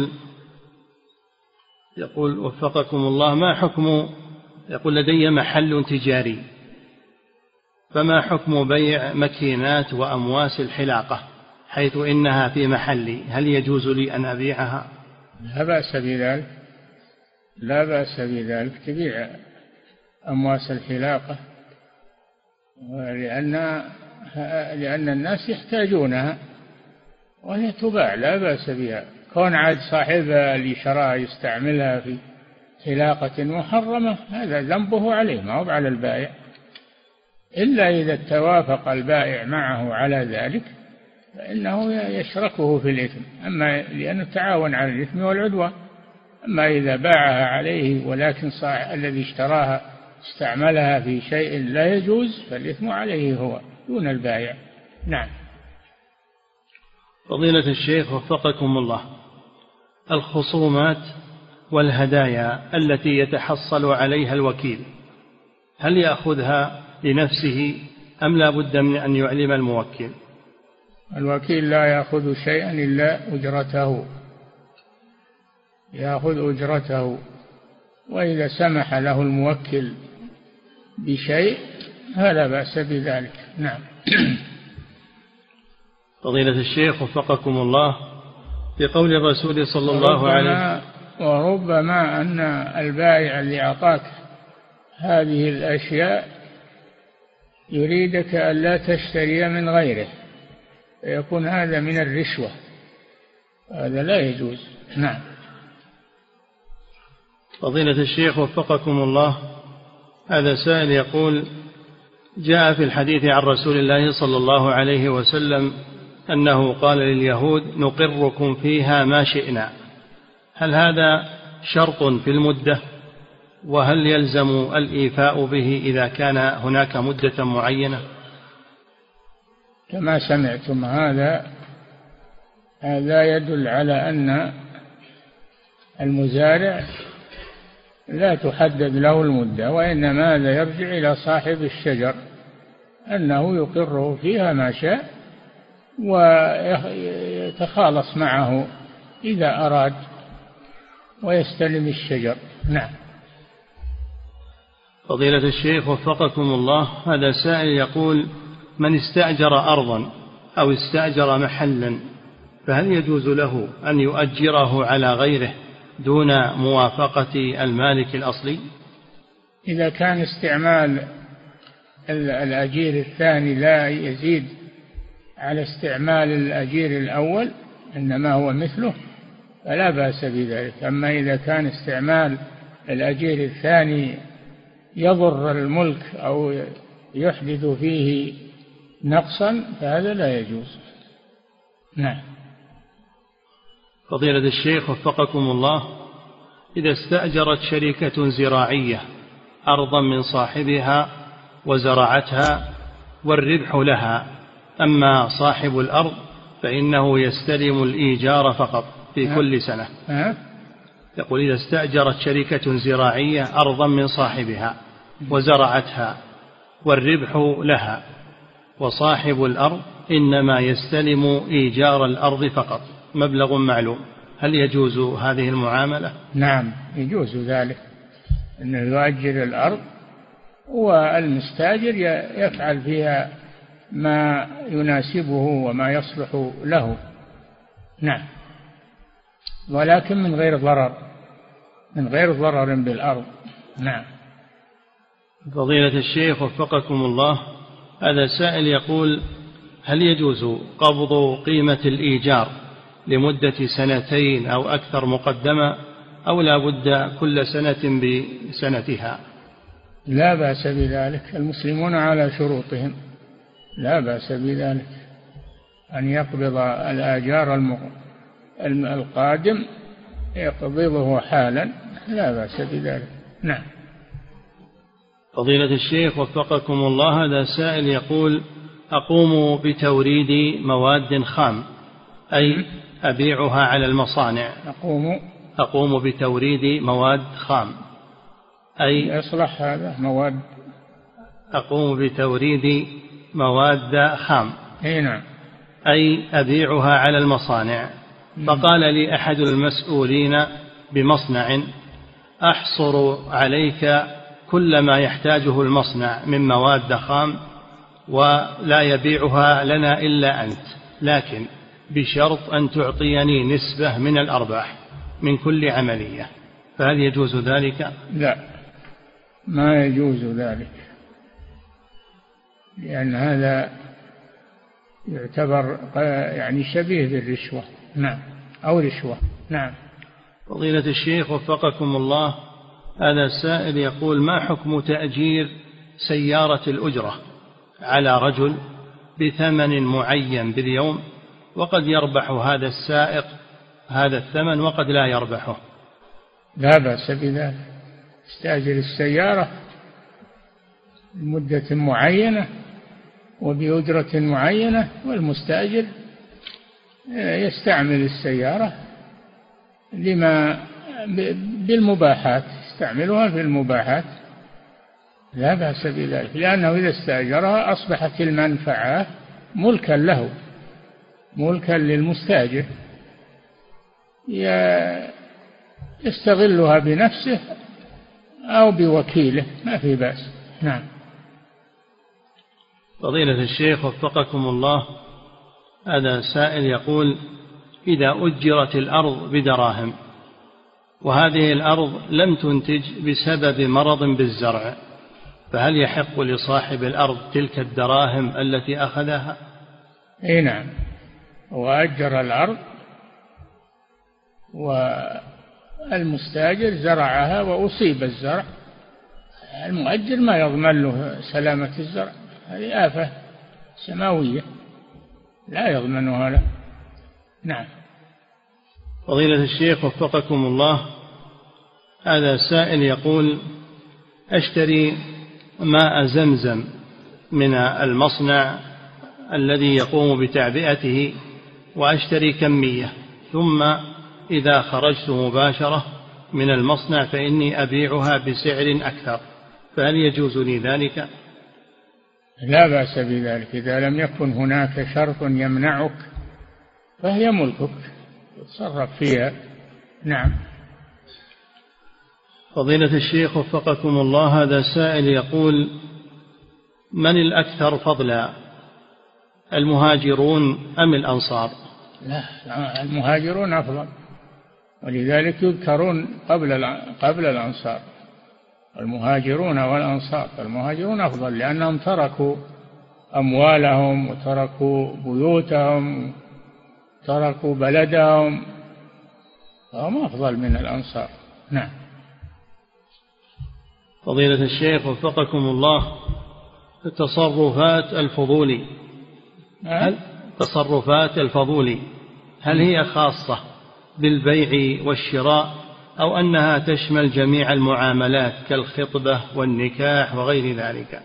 يقول وفقكم الله: ما حكم، يقول لدي محل تجاري، فما حكم بيع مكينات وأمواس الحلاقة حيث إنها في محلي؟ هل يجوز لي أن أبيعها؟ لا بأس بذلك تبيع أمواس الحلاقة، لأن الناس يحتاجونها وهي تباع، لا بأس بها. كون عاد صاحبها اللي شراها يستعملها في حلاقة محرمة هذا ذنبه عليه، ما هو على البائع، إلا إذا توافق البائع معه على ذلك فإنه يشركه في الإثم، أما لأنه تعاون على الإثم والعدوان. أما إذا باعها عليه ولكن الذي اشتراها استعملها في شيء لا يجوز فالإثم عليه هو دون البائع. نعم. فضيلة الشيخ وفقكم الله، الخصومات والهدايا التي يتحصل عليها الوكيل، هل يأخذها لنفسه أم لا بد من أن يعلم الموكل؟ الوكيل لا يأخذ شيئا إلا أجرته، يأخذ أجرته، وإذا سمح له الموكل بشيء فلا بأس بذلك. نعم. فضيلة الشيخ وفقكم الله، في قول الرسول صلى الله عليه وسلم: وربما أن البائع اللي أعطاك هذه الأشياء يريدك ألا تشتري من غيره، فيكون هذا من الرشوة، هذا لا يجوز. نعم. فضيلة الشيخ وفقكم الله، هذا سائل يقول: جاء في الحديث عن رسول الله صلى الله عليه وسلم أنه قال لليهود: نقركم فيها ما شئنا، هل هذا شرط في المدة؟ وهل يلزم الإيفاء به إذا كان هناك مدة معينة؟ كما سمعتم هذا يدل على أن المزارع لا تحدد له المدة، وإنما هذا يرجع إلى صاحب الشجر أنه يقره فيها ما شاء ويتخالص معه إذا أراد ويستلم الشجر. نعم. فضيلة الشيخ وفقكم الله، هذا سائل يقول: من استأجر أرضا أو استأجر محلا فهل يجوز له أن يؤجره على غيره دون موافقة المالك الأصلي؟ إذا كان استعمال الأجير الثاني لا يزيد على استعمال الأجير الأول إنما هو مثله فلا بأس بذلك. أما إذا كان استعمال الأجير الثاني يضر الملك أو يحدث فيه نقصا فهذا لا يجوز. نعم. فضيلة الشيخ وفقكم الله، إذا استأجرت شركة زراعية أرضا من صاحبها وزرعتها والربح لها، أما صاحب الأرض فإنه يستلم الإيجار فقط في كل سنة. يقول: إذا استأجرت شركة زراعية أرضا من صاحبها وزرعتها والربح لها، وصاحب الأرض إنما يستلم إيجار الأرض فقط مبلغ معلوم، هل يجوز هذه المعاملة؟ نعم يجوز ذلك، أنه يؤجر الأرض والمستاجر يفعل فيها ما يناسبه وما يصلح له. نعم، ولكن من غير ضرر بالأرض. نعم. فضيلة الشيخ وفقكم الله، هذا سائل يقول: هل يجوز قبض قيمة الإيجار لمدة 2 أو أكثر مقدمة، أو لا بد كل سنة بسنتها؟ لا بأس بذلك، المسلمون على شروطهم، لا بأس بذلك أن يقبض الآجار القادم يقبضه حالا، لا بأس بذلك. نعم. فضيلة الشيخ وفقكم الله، هذا سائل يقول: أقوم بتوريد مواد خام، أي أبيعها على المصانع. أقوم بتوريد مواد خام، أي يصلح هذا مواد. أقوم بتوريد مواد خام. نعم. أي أبيعها على المصانع. فقال لي أحد المسؤولين بمصنع: أحصر عليك كل ما يحتاجه المصنع من مواد خام ولا يبيعها لنا إلا أنت، لكن بشرط أن تعطيني نسبة من الأرباح من كل عملية، فهل يجوز ذلك؟ لا، ما يجوز ذلك، لأن هذا يعتبر يعني شبيه بالرشوة. نعم، أو رشوة. نعم. فضيلة الشيخ وفقكم الله، هذا السائل يقول: ما حكم تأجير سيارة الأجرة على رجل بثمن معين باليوم، وقد يربح هذا السائق هذا الثمن وقد لا يربحه؟ لا بأس بذلك، استأجر السيارة لمدة معينة وبأجرة معينة، والمستأجر يستعمل السيارة بالمباحات، يستعملها في المباحات، لا بأس بذلك، لأنه إذا استأجرها أصبحت المنفعة ملكا له، ملكا للمستأجر، يستغلها بنفسه أو بوكيله، ما في بأس. نعم. فضيلة الشيخ وفقكم الله، هذا سائل يقول: إذا أجرت الأرض بدراهم وهذه الأرض لم تنتج بسبب مرض بالزرع، فهل يحق لصاحب الأرض تلك الدراهم التي أخذها؟ نعم، وأجر الأرض والمستاجر زرعها وأصيب الزرع، المؤجر ما يضمن له سلامة الزرع، هذه آفة سماوية لا يضمنها له. نعم. فضيلة الشيخ وفقكم الله، هذا سائل يقول: أشتري ماء زمزم من المصنع الذي يقوم بتعبئته، وأشتري كمية، ثم إذا خرجت مباشرة من المصنع فإني أبيعها بسعر أكثر، فهل يجوز لي ذلك؟ لا بأس بذلك، إذا لم يكن هناك شرط يمنعك فهي ملكك، تصرف فيها. نعم. فضيلة الشيخ وفقكم الله، هذا سائل يقول: من الأكثر فضلا، المهاجرون أم الأنصار؟ لا، المهاجرون أفضل، ولذلك يذكرون قبل الأنصار، المهاجرون والأنصار. المهاجرون أفضل لأنهم تركوا أموالهم وتركوا بيوتهم وتركوا بلدهم، فهم أفضل من الأنصار. نعم. فضيلة الشيخ وفقكم الله، تصرفات الفضولي، تصرفات الفضولي هل هي خاصة بالبيع والشراء، أو أنها تشمل جميع المعاملات كالخطبة والنكاح وغير ذلك؟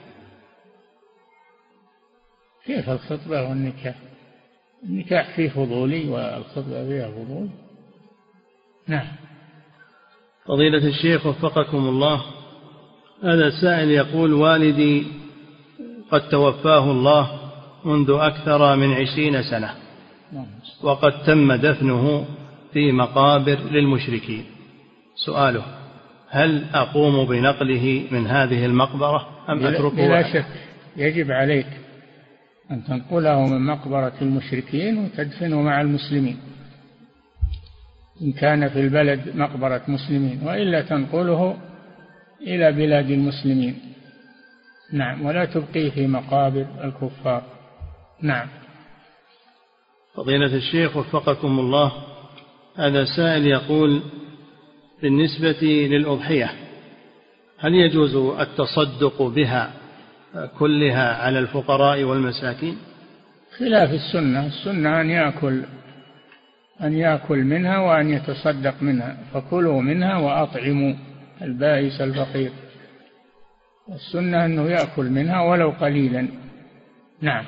كيف الخطبة والنكاح؟ النكاح فيه فضولي والخطبة فيها فضول. نعم. فضيلة الشيخ وفقكم الله، هذا سائل يقول: والدي قد توفاه الله منذ أكثر من 20 سنة، وقد تم دفنه في مقابر للمشركين. سؤاله: هل أقوم بنقله من هذه المقبرة أم أتركه؟ بلا شك يجب عليك أن تنقله من مقبرة المشركين وتدفنه مع المسلمين إن كان في البلد مقبرة مسلمين، وإلا تنقله إلى بلاد المسلمين. نعم، ولا تبقيه في مقابر الكفار. نعم. فضيلة الشيخ وفقكم الله، هذا سائل يقول: بالنسبة للأضحية هل يجوز التصدق بها كلها على الفقراء والمساكين؟ خلاف السنة. السنة أن يأكل منها وأن يتصدق منها، فكلوا منها وأطعموا البائس الفقير. السنة أنه يأكل منها ولو قليلا. نعم.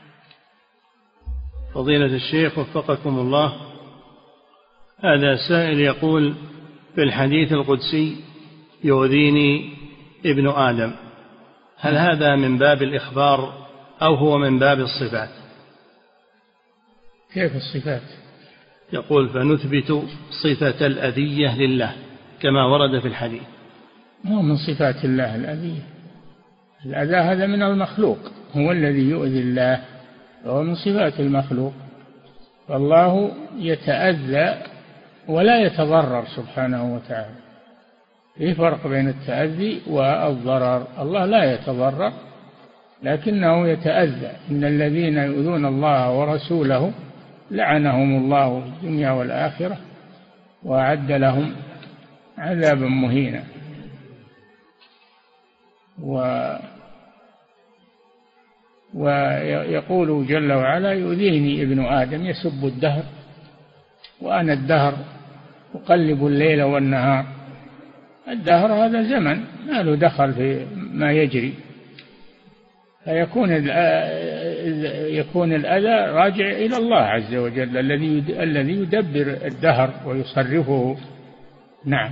فضيلة الشيخ وفقكم الله، هذا سائل يقول: في الحديث القدسي يؤذيني ابن آدم، هل هذا من باب الإخبار أو هو من باب الصفات؟ كيف الصفات؟ يقول: فنثبت صفة الأذية لله كما ورد في الحديث. هو من صفات الله الأذية. الأذى هذا من المخلوق، هو الذي يؤذي الله، وهو من صفات المخلوق. فالله يتأذى ولا يتضرر سبحانه وتعالى. في فرق بين التأذي والضرر. الله لا يتضرر لكنه يتأذى. إن الذين يؤذون الله ورسوله لعنهم الله في الدنيا والآخرة وأعد لهم عذابا مهينا. ويقول جل وعلا: يؤذيني ابن آدم يسب الدهر وأنا الدهر أقلب الليل والنهار. الدهر هذا زمن ما له دخل في ما يجري، فيكون الأذى راجع إلى الله عز وجل الذي يدبر الدهر ويصرفه. نعم.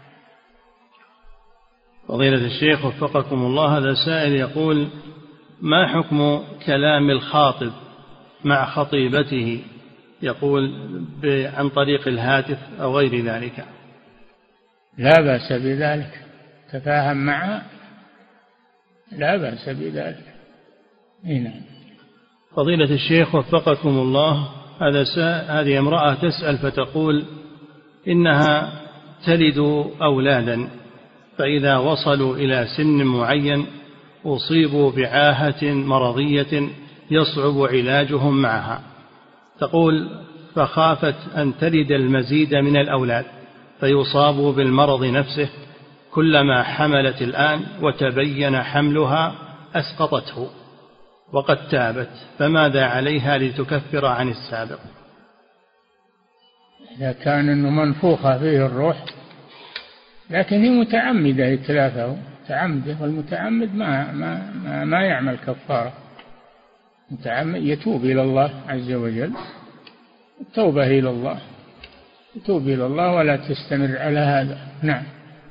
فضيلة الشيخ وفقكم الله، هذا سائل يقول: ما حكم كلام الخاطب مع خطيبته، يقول عن طريق الهاتف أو غير ذلك؟ لا بأس بذلك، تفاهم معها، لا بأس بذلك. نعم. فضيلة الشيخ وفقكم الله، هذه امرأة تسأل فتقول إنها تلد أولادا، فإذا وصلوا إلى سن معين أصيبوا بعاهة مرضية يصعب علاجهم معها. تقول: فخافت أن تلد المزيد من الأولاد فيصابوا بالمرض نفسه، كلما حملت الآن وتبين حملها أسقطته وقد تابت، فماذا عليها لتكفر عن السابق؟ إذا كان إنه منفوخة فيه الروح، لكن هي متعمدة إتلافه متعمدة، والمتعمد ما يعمل كفارة. متعمد يتوب إلى الله عز وجل، التوبة إلى الله، يتوب إلى الله ولا تستمر على هذا. نعم.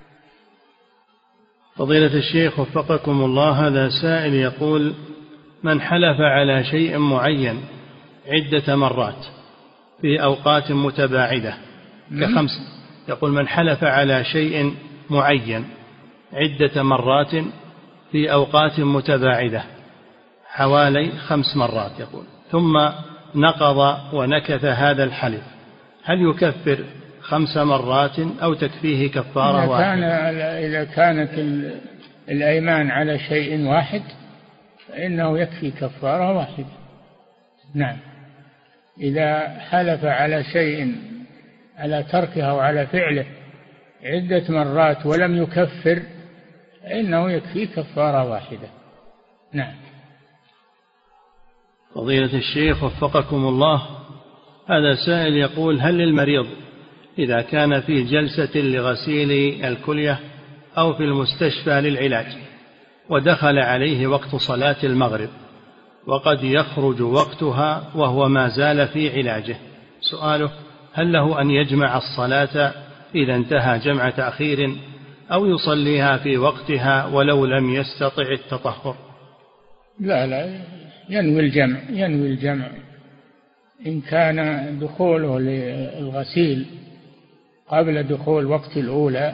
فضيلة الشيخ وفقكم الله، هذا سائل يقول: من حلف على شيء معين عدة مرات في أوقات متباعدة كخمس، يقول: من حلف على شيء معين عدة مرات في أوقات متباعدة حوالي 5 مرات، يقول، ثم نقض ونكث هذا الحلف، هل يكفر 5 مرات أو تكفيه كفارة واحدة؟ إذا كانت الأيمان على شيء واحد فإنه يكفي كفارة واحدة. نعم. إذا حلف على شيء، على تركه أو على فعله عدة مرات ولم يكفر فإنه يكفي كفارة واحدة. نعم. فضيلة الشيخ وفقكم الله، هذا سائل يقول: هل للمريض إذا كان في جلسة لغسيل الكلية أو في المستشفى للعلاج ودخل عليه وقت صلاة المغرب وقد يخرج وقتها وهو ما زال في علاجه، سؤاله: هل له أن يجمع الصلاة إذا انتهى جمع تأخير أو يصليها في وقتها ولو لم يستطع التطهر؟ لا، ينوي الجمع إن كان دخوله للغسيل قبل دخول وقت الأولى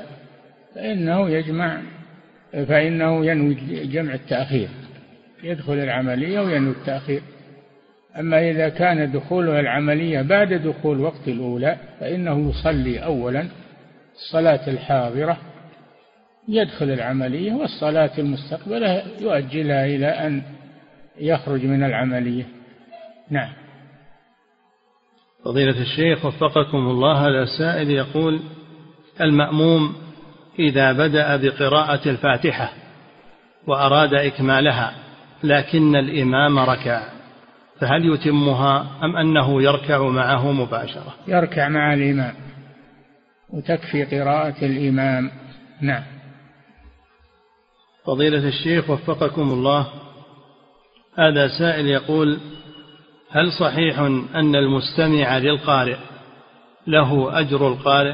فإنه ينوي جمع التأخير، يدخل العملية وينوي التأخير. أما إذا كان دخوله العملية بعد دخول وقت الأولى فإنه يصلي أولا الصلاة الحاضرة، يدخل العملية، والصلاة المستقبلة يؤجلها إلى أن يخرج من العملية. نعم. فضيلة الشيخ وفقكم الله، هذا سائل يقول: المأموم إذا بدأ بقراءة الفاتحة وأراد إكمالها لكن الإمام ركع، فهل يتمها أم أنه يركع معه مباشرة؟ يركع مع الإمام وتكفي قراءة الإمام. نعم. فضيلة الشيخ وفقكم الله، هذا سائل يقول: هل صحيح أن المستمع للقارئ له أجر القارئ؟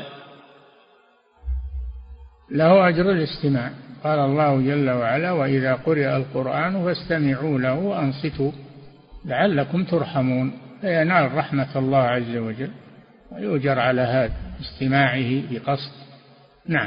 له أجر الاستماع، قال الله جل وعلا: وإذا قرئ القرآن فاستمعوا له وأنصتوا لعلكم ترحمون، فينال رحمة الله عز وجل ويؤجر على هذا استماعه بقصد. نعم.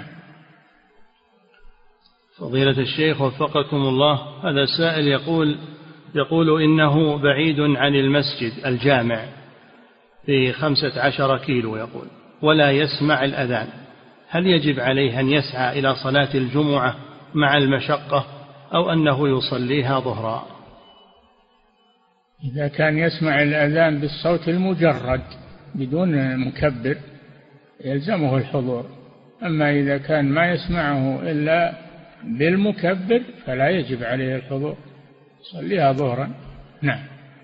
فضيلة الشيخ وفقكم الله، هذا سائل يقول إنه بعيد عن المسجد الجامع في 15 كيلو، يقول، ولا يسمع الأذان، هل يجب عليه أن يسعى إلى صلاة الجمعة مع المشقة أو أنه يصليها ظهرا؟ إذا كان يسمع الأذان بالصوت المجرد بدون مكبر يلزمه الحضور، أما إذا كان ما يسمعه إلا بالمكبر فلا يجب عليه الحضور، صليها ظهرا. نعم.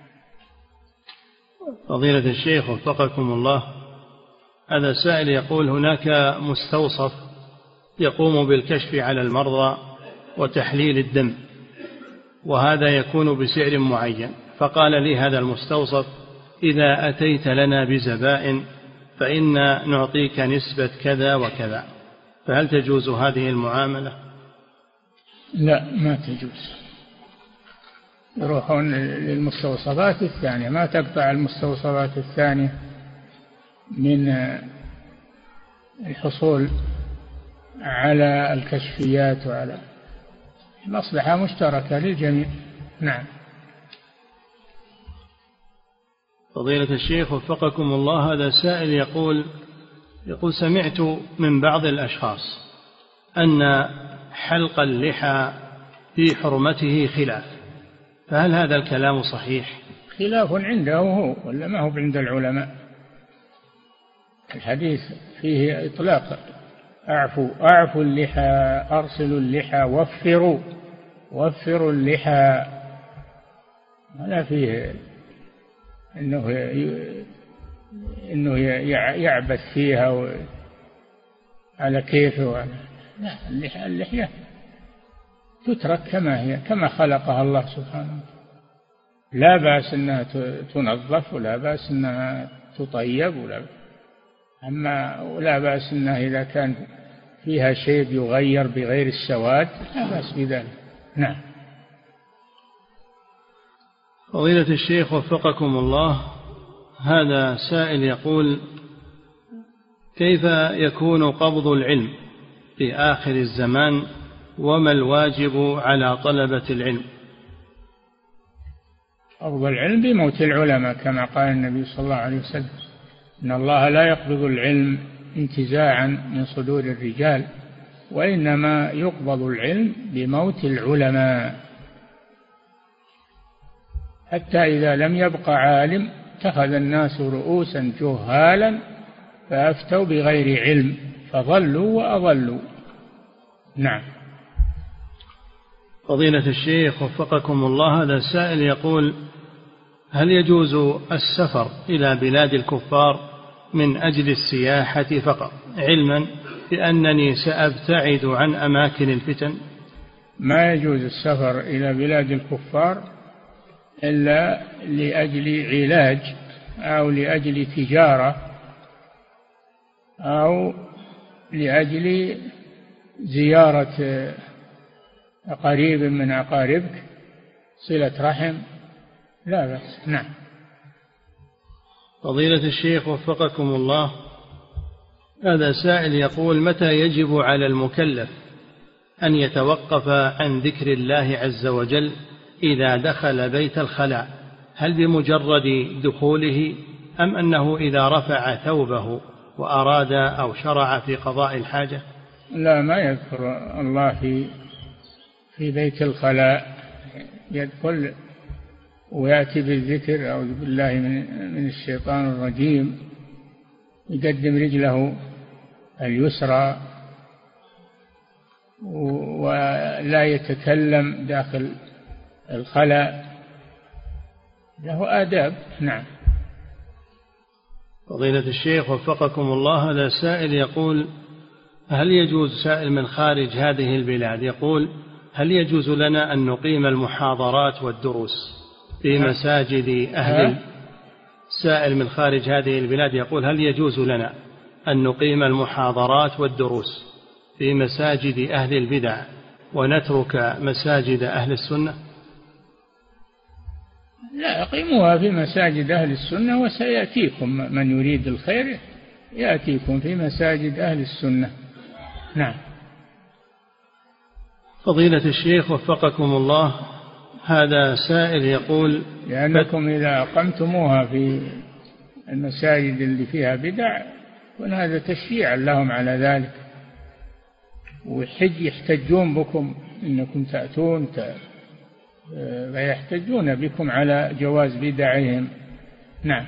فضيلة الشيخ وفقكم الله، هذا سائل يقول: هناك مستوصف يقوم بالكشف على المرضى وتحليل الدم، وهذا يكون بسعر معين، فقال لي هذا المستوصف: إذا أتيت لنا بزبائن فإن نعطيك نسبة كذا وكذا، فهل تجوز هذه المعاملة؟ لا، ما تجوز. يروحون للمستوصفات الثانية، ما تقطع المستوصفات الثانية من الحصول على الكشفيات وعلى مصلحة مشتركة للجميع. نعم. فضيلة الشيخ وفقكم الله، هذا سائل يقول سمعت من بعض الأشخاص أن حلق اللحى في حرمته خلاف، فهل هذا الكلام صحيح؟ خلاف عنده هو ولا ما هو عند العلماء؟ الحديث فيه إطلاق: أعفوا اللحى، أرسلوا اللحى، وفروا اللحى، ولا فيه أنه إنه يعبث فيها على كيفه. لا، اللحية تترك كما هي، كما خلقها الله سبحانه. لا بأس أنها تنظف، ولا بأس أنها تطيب، ولا بأس أنها إذا كان فيها شيء يغير بغير السواد لا بأس بذلك. نعم. فضيلة الشيخ وفقكم الله، هذا سائل يقول: كيف يكون قبض العلم في آخر الزمان، وما الواجب على طلبة العلم؟ قبض العلم بموت العلماء، كما قال النبي صلى الله عليه وسلم: إن الله لا يقبض العلم انتزاعا من صدور الرجال، وإنما يقبض العلم بموت العلماء، حتى إذا لم يبق عالم اتخذ الناس رؤوسا جهالا فأفتوا بغير علم فضلوا وأضلوا. نعم. فضيلة الشيخ وفقكم الله، هذا سائل يقول: هل يجوز السفر إلى بلاد الكفار من أجل السياحة فقط، علما بأنني سأبتعد عن أماكن الفتن؟ ما يجوز السفر إلى بلاد الكفار إلا لأجل علاج أو لأجل تجارة أو لأجل زيارة قريب من أقاربك، صلة رحم، لا بأس. نعم. فضيلة الشيخ وفقكم الله، هذا سائل يقول: متى يجب على المكلف أن يتوقف عن ذكر الله عز وجل إذا دخل بيت الخلاء؟ هل بمجرد دخوله، أم أنه إذا رفع ثوبه وأراد أو شرع في قضاء الحاجة؟ لا، ما يذكر الله في بيت الخلاء، يدخل ويأتي بالذكر: أعوذ بالله من الشيطان الرجيم، يقدم رجله اليسرى ولا يتكلم داخل الخلاء، له آداب. نعم. فضيلة الشيخ وفقكم الله، هذا سائل يقول: هل يجوز، سائل من خارج هذه البلاد، يقول: هل يجوز لنا أن نقيم المحاضرات والدروس في مساجد سائل من خارج هذه البلاد يقول: هل يجوز لنا أن نقيم المحاضرات والدروس في مساجد أهل البدع ونترك مساجد أهل السنة؟ لا، أقيموها في مساجد أهل السنة، وسيأتيكم من يريد الخير يأتيكم في مساجد أهل السنة. نعم. فضيلة الشيخ وفقكم الله، هذا سائل يقول: لأنكم إذا أقمتموها في المساجد اللي فيها بدع يكون هذا تشجيعا لهم على ذلك، يحتجون بكم إنكم تأتون ويحتجون بكم على جواز بدعهم. نعم.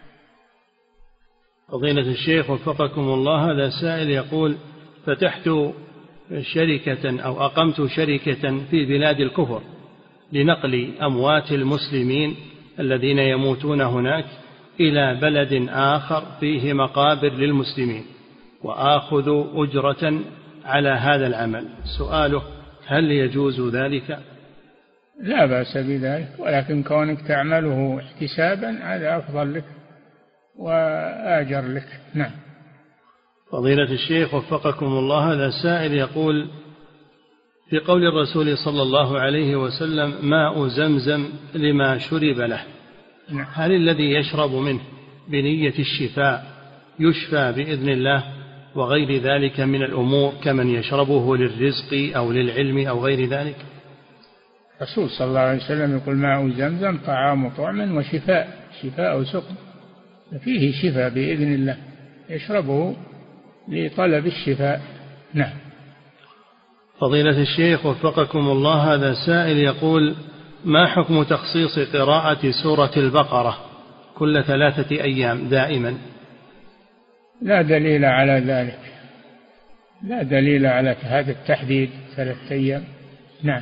فضيلة الشيخ وفقكم الله، هذا سائل يقول: فتحت شركة أو أقمت شركة في بلاد الكفر لنقل أموات المسلمين الذين يموتون هناك إلى بلد آخر فيه مقابر للمسلمين، وآخذ أجرة على هذا العمل. سؤاله: هل يجوز ذلك؟ لا بأس بذلك، ولكن كونك تعمله احتسابا هذا أفضل لك وآجر لك. نعم. فضيلة الشيخ وفقكم الله، هذا سائل يقول: في قول الرسول صلى الله عليه وسلم: ماء زمزم لما شرب له، هل الذي يشرب منه بنية الشفاء يشفى بإذن الله وغير ذلك من الأمور كمن يشربه للرزق أو للعلم أو غير ذلك؟ الرسول صلى الله عليه وسلم يقول: ماء زمزم طعام طعم وشفاء، شفاء سقم، فيه شفاء بإذن الله، يشربه لطلب الشفاء. نعم. فضيلة الشيخ وفقكم الله، هذا سائل يقول: ما حكم تخصيص قراءة سورة البقرة كل 3 أيام دائما؟ لا دليل على ذلك، لا دليل على هذا التحديد 3 أيام. نعم.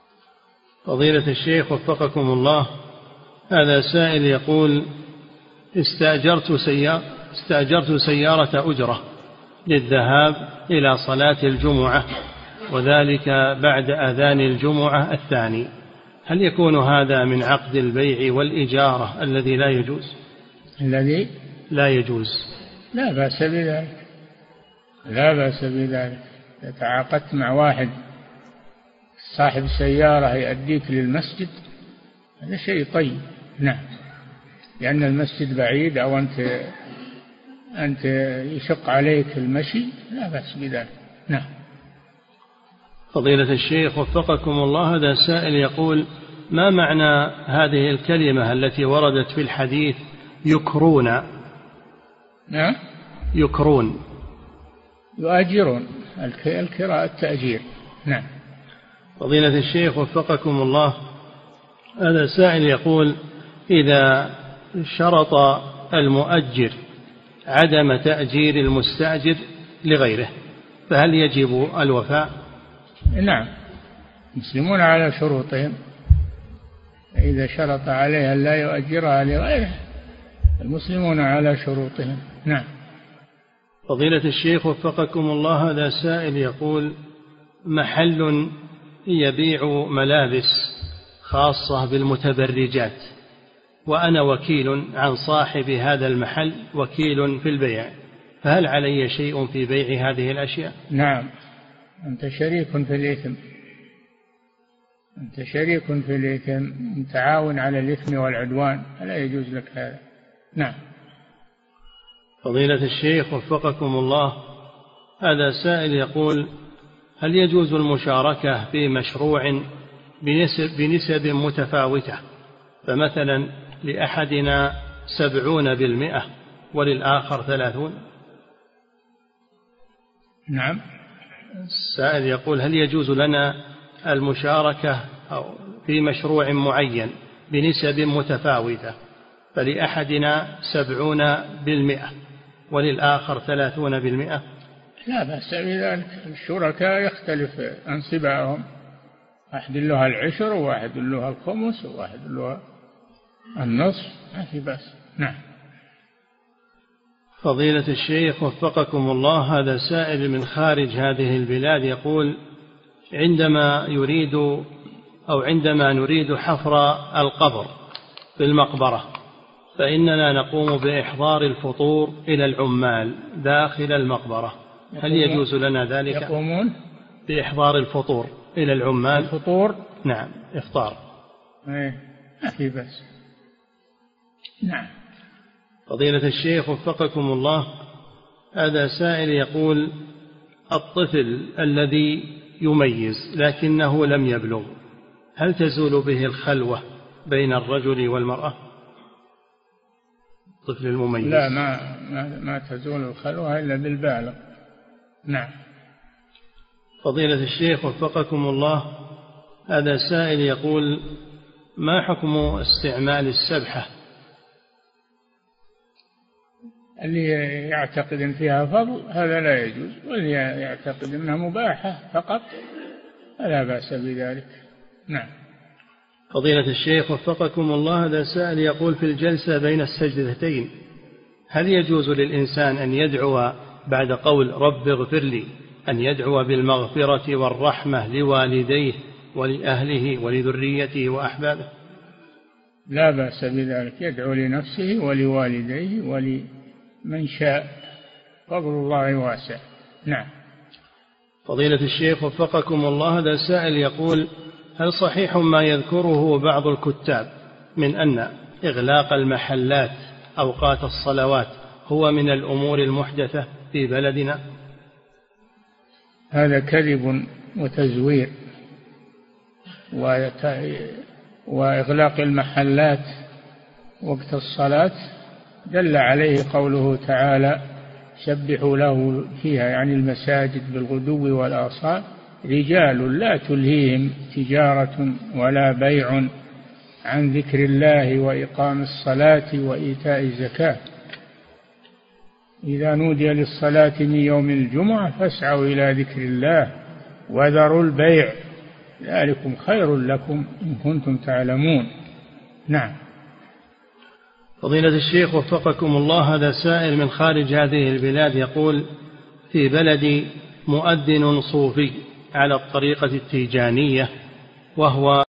فضيلة الشيخ وفقكم الله، هذا سائل يقول: استأجرت سيارة أجرة للذهاب إلى صلاة الجمعة، وذلك بعد أذان الجمعة الثاني، هل يكون هذا من عقد البيع والإجارة الذي لا يجوز؟ الذي لا يجوز. لا بأس بذلك، لا بأس بذلك. تعاقدت مع واحد صاحب السيارة يؤديك للمسجد، هذا شيء طيب. نعم، لأن المسجد بعيد أو أنت يشق عليك المشي، لا بأس بذلك. نعم. فضيلة الشيخ وفقكم الله، هذا سائل يقول: ما معنى هذه الكلمة التي وردت في الحديث يكرون؟ نعم، يكرون يؤجرون، الكراء التأجير. نعم. فضيلة الشيخ وفقكم الله، هذا سائل يقول: إذا شرط المؤجر عدم تأجير المستأجر لغيره فهل يجب الوفاء؟ نعم، المسلمون على شروطهم، إذا شرط عليها لا يؤجرها لغيره المسلمون على شروطهم. نعم. فضيلة الشيخ وفقكم الله، هذا سائل يقول: محل يبيع ملابس خاصة بالمتبرجات، وأنا وكيل عن صاحب هذا المحل، وكيل في البيع، فهل علي شيء في بيع هذه الأشياء؟ نعم، أنت شريك في الإثم، أنت شريك في الإثم، متعاون على الإثم والعدوان، فلا يجوز لك هذا. نعم. فضيلة الشيخ وفقكم الله، هذا سائل يقول: هل يجوز المشاركة في مشروع بنسب متفاوتة، فمثلا لأحدنا 70% وللآخر 30%؟ نعم. السائل يقول: هل يجوز لنا المشاركة في مشروع معين بنسب متفاوتة، فلأحدنا 70% وللآخر 30%؟ لا بأس بذلك، الشركاء يختلف أنصبائهم، واحد له العشر وواحد له الخمس وواحد له النصف، ما في بأس. نعم. فضيلة الشيخ وفقكم الله، هذا سائل من خارج هذه البلاد يقول: عندما نريد حفر القبر في المقبرة، فإننا نقوم بإحضار الفطور إلى العمال داخل المقبرة، هل يجوز لنا ذلك؟ يقومون بإحضار الفطور إلى العمال. الفطور؟ نعم، إفطار. ما في بأس. نعم. فضيلة الشيخ وفقكم الله، هذا سائل يقول: الطفل الذي يميز لكنه لم يبلغ، هل تزول به الخلوة بين الرجل والمرأة؟ الطفل المميز. لا، ما تزول الخلوة إلا بالبالغ. نعم. فضيلة الشيخ وفقكم الله، هذا سائل يقول: ما حكم استعمال السبحة؟ اللي يعتقد ان فيها فضل هذا لا يجوز، واللي يعتقد انها مباحة فقط فلا بأس بذلك. نعم. فضيلة الشيخ وفقكم الله، هذا سائل يقول: في الجلسة بين السجدتين هل يجوز للإنسان أن يدعو بعد قول رب اغفر لي أن يدعو بالمغفرة والرحمة لوالديه ولأهله ولذريته وأحبابه؟ لا بأس بذلك، يدعو لنفسه ولوالديه ولمن شاء، فضل الله واسع. نعم. فضيلة الشيخ وفقكم الله، هذا سائل يقول: هل صحيح ما يذكره بعض الكتاب من أن إغلاق المحلات أوقات الصلوات هو من الأمور المحدثة في بلدنا؟ هذا كذب وتزوير، وإغلاق المحلات وقت الصلاة دل عليه قوله تعالى: سبحوا له فيها، يعني المساجد، بالغدو والآصال رجال لا تلهيهم تجارة ولا بيع عن ذكر الله وإقام الصلاة وإيتاء الزكاة، إذا نودي للصلاة من يوم الجمعة فاسعوا إلى ذكر الله وذروا البيع ذلكم خير لكم إن كنتم تعلمون. نعم. فضيلة الشيخ وفقكم الله، هذا سائل من خارج هذه البلاد يقول: في بلدي مؤذن صوفي على الطريقة التيجانية، وهو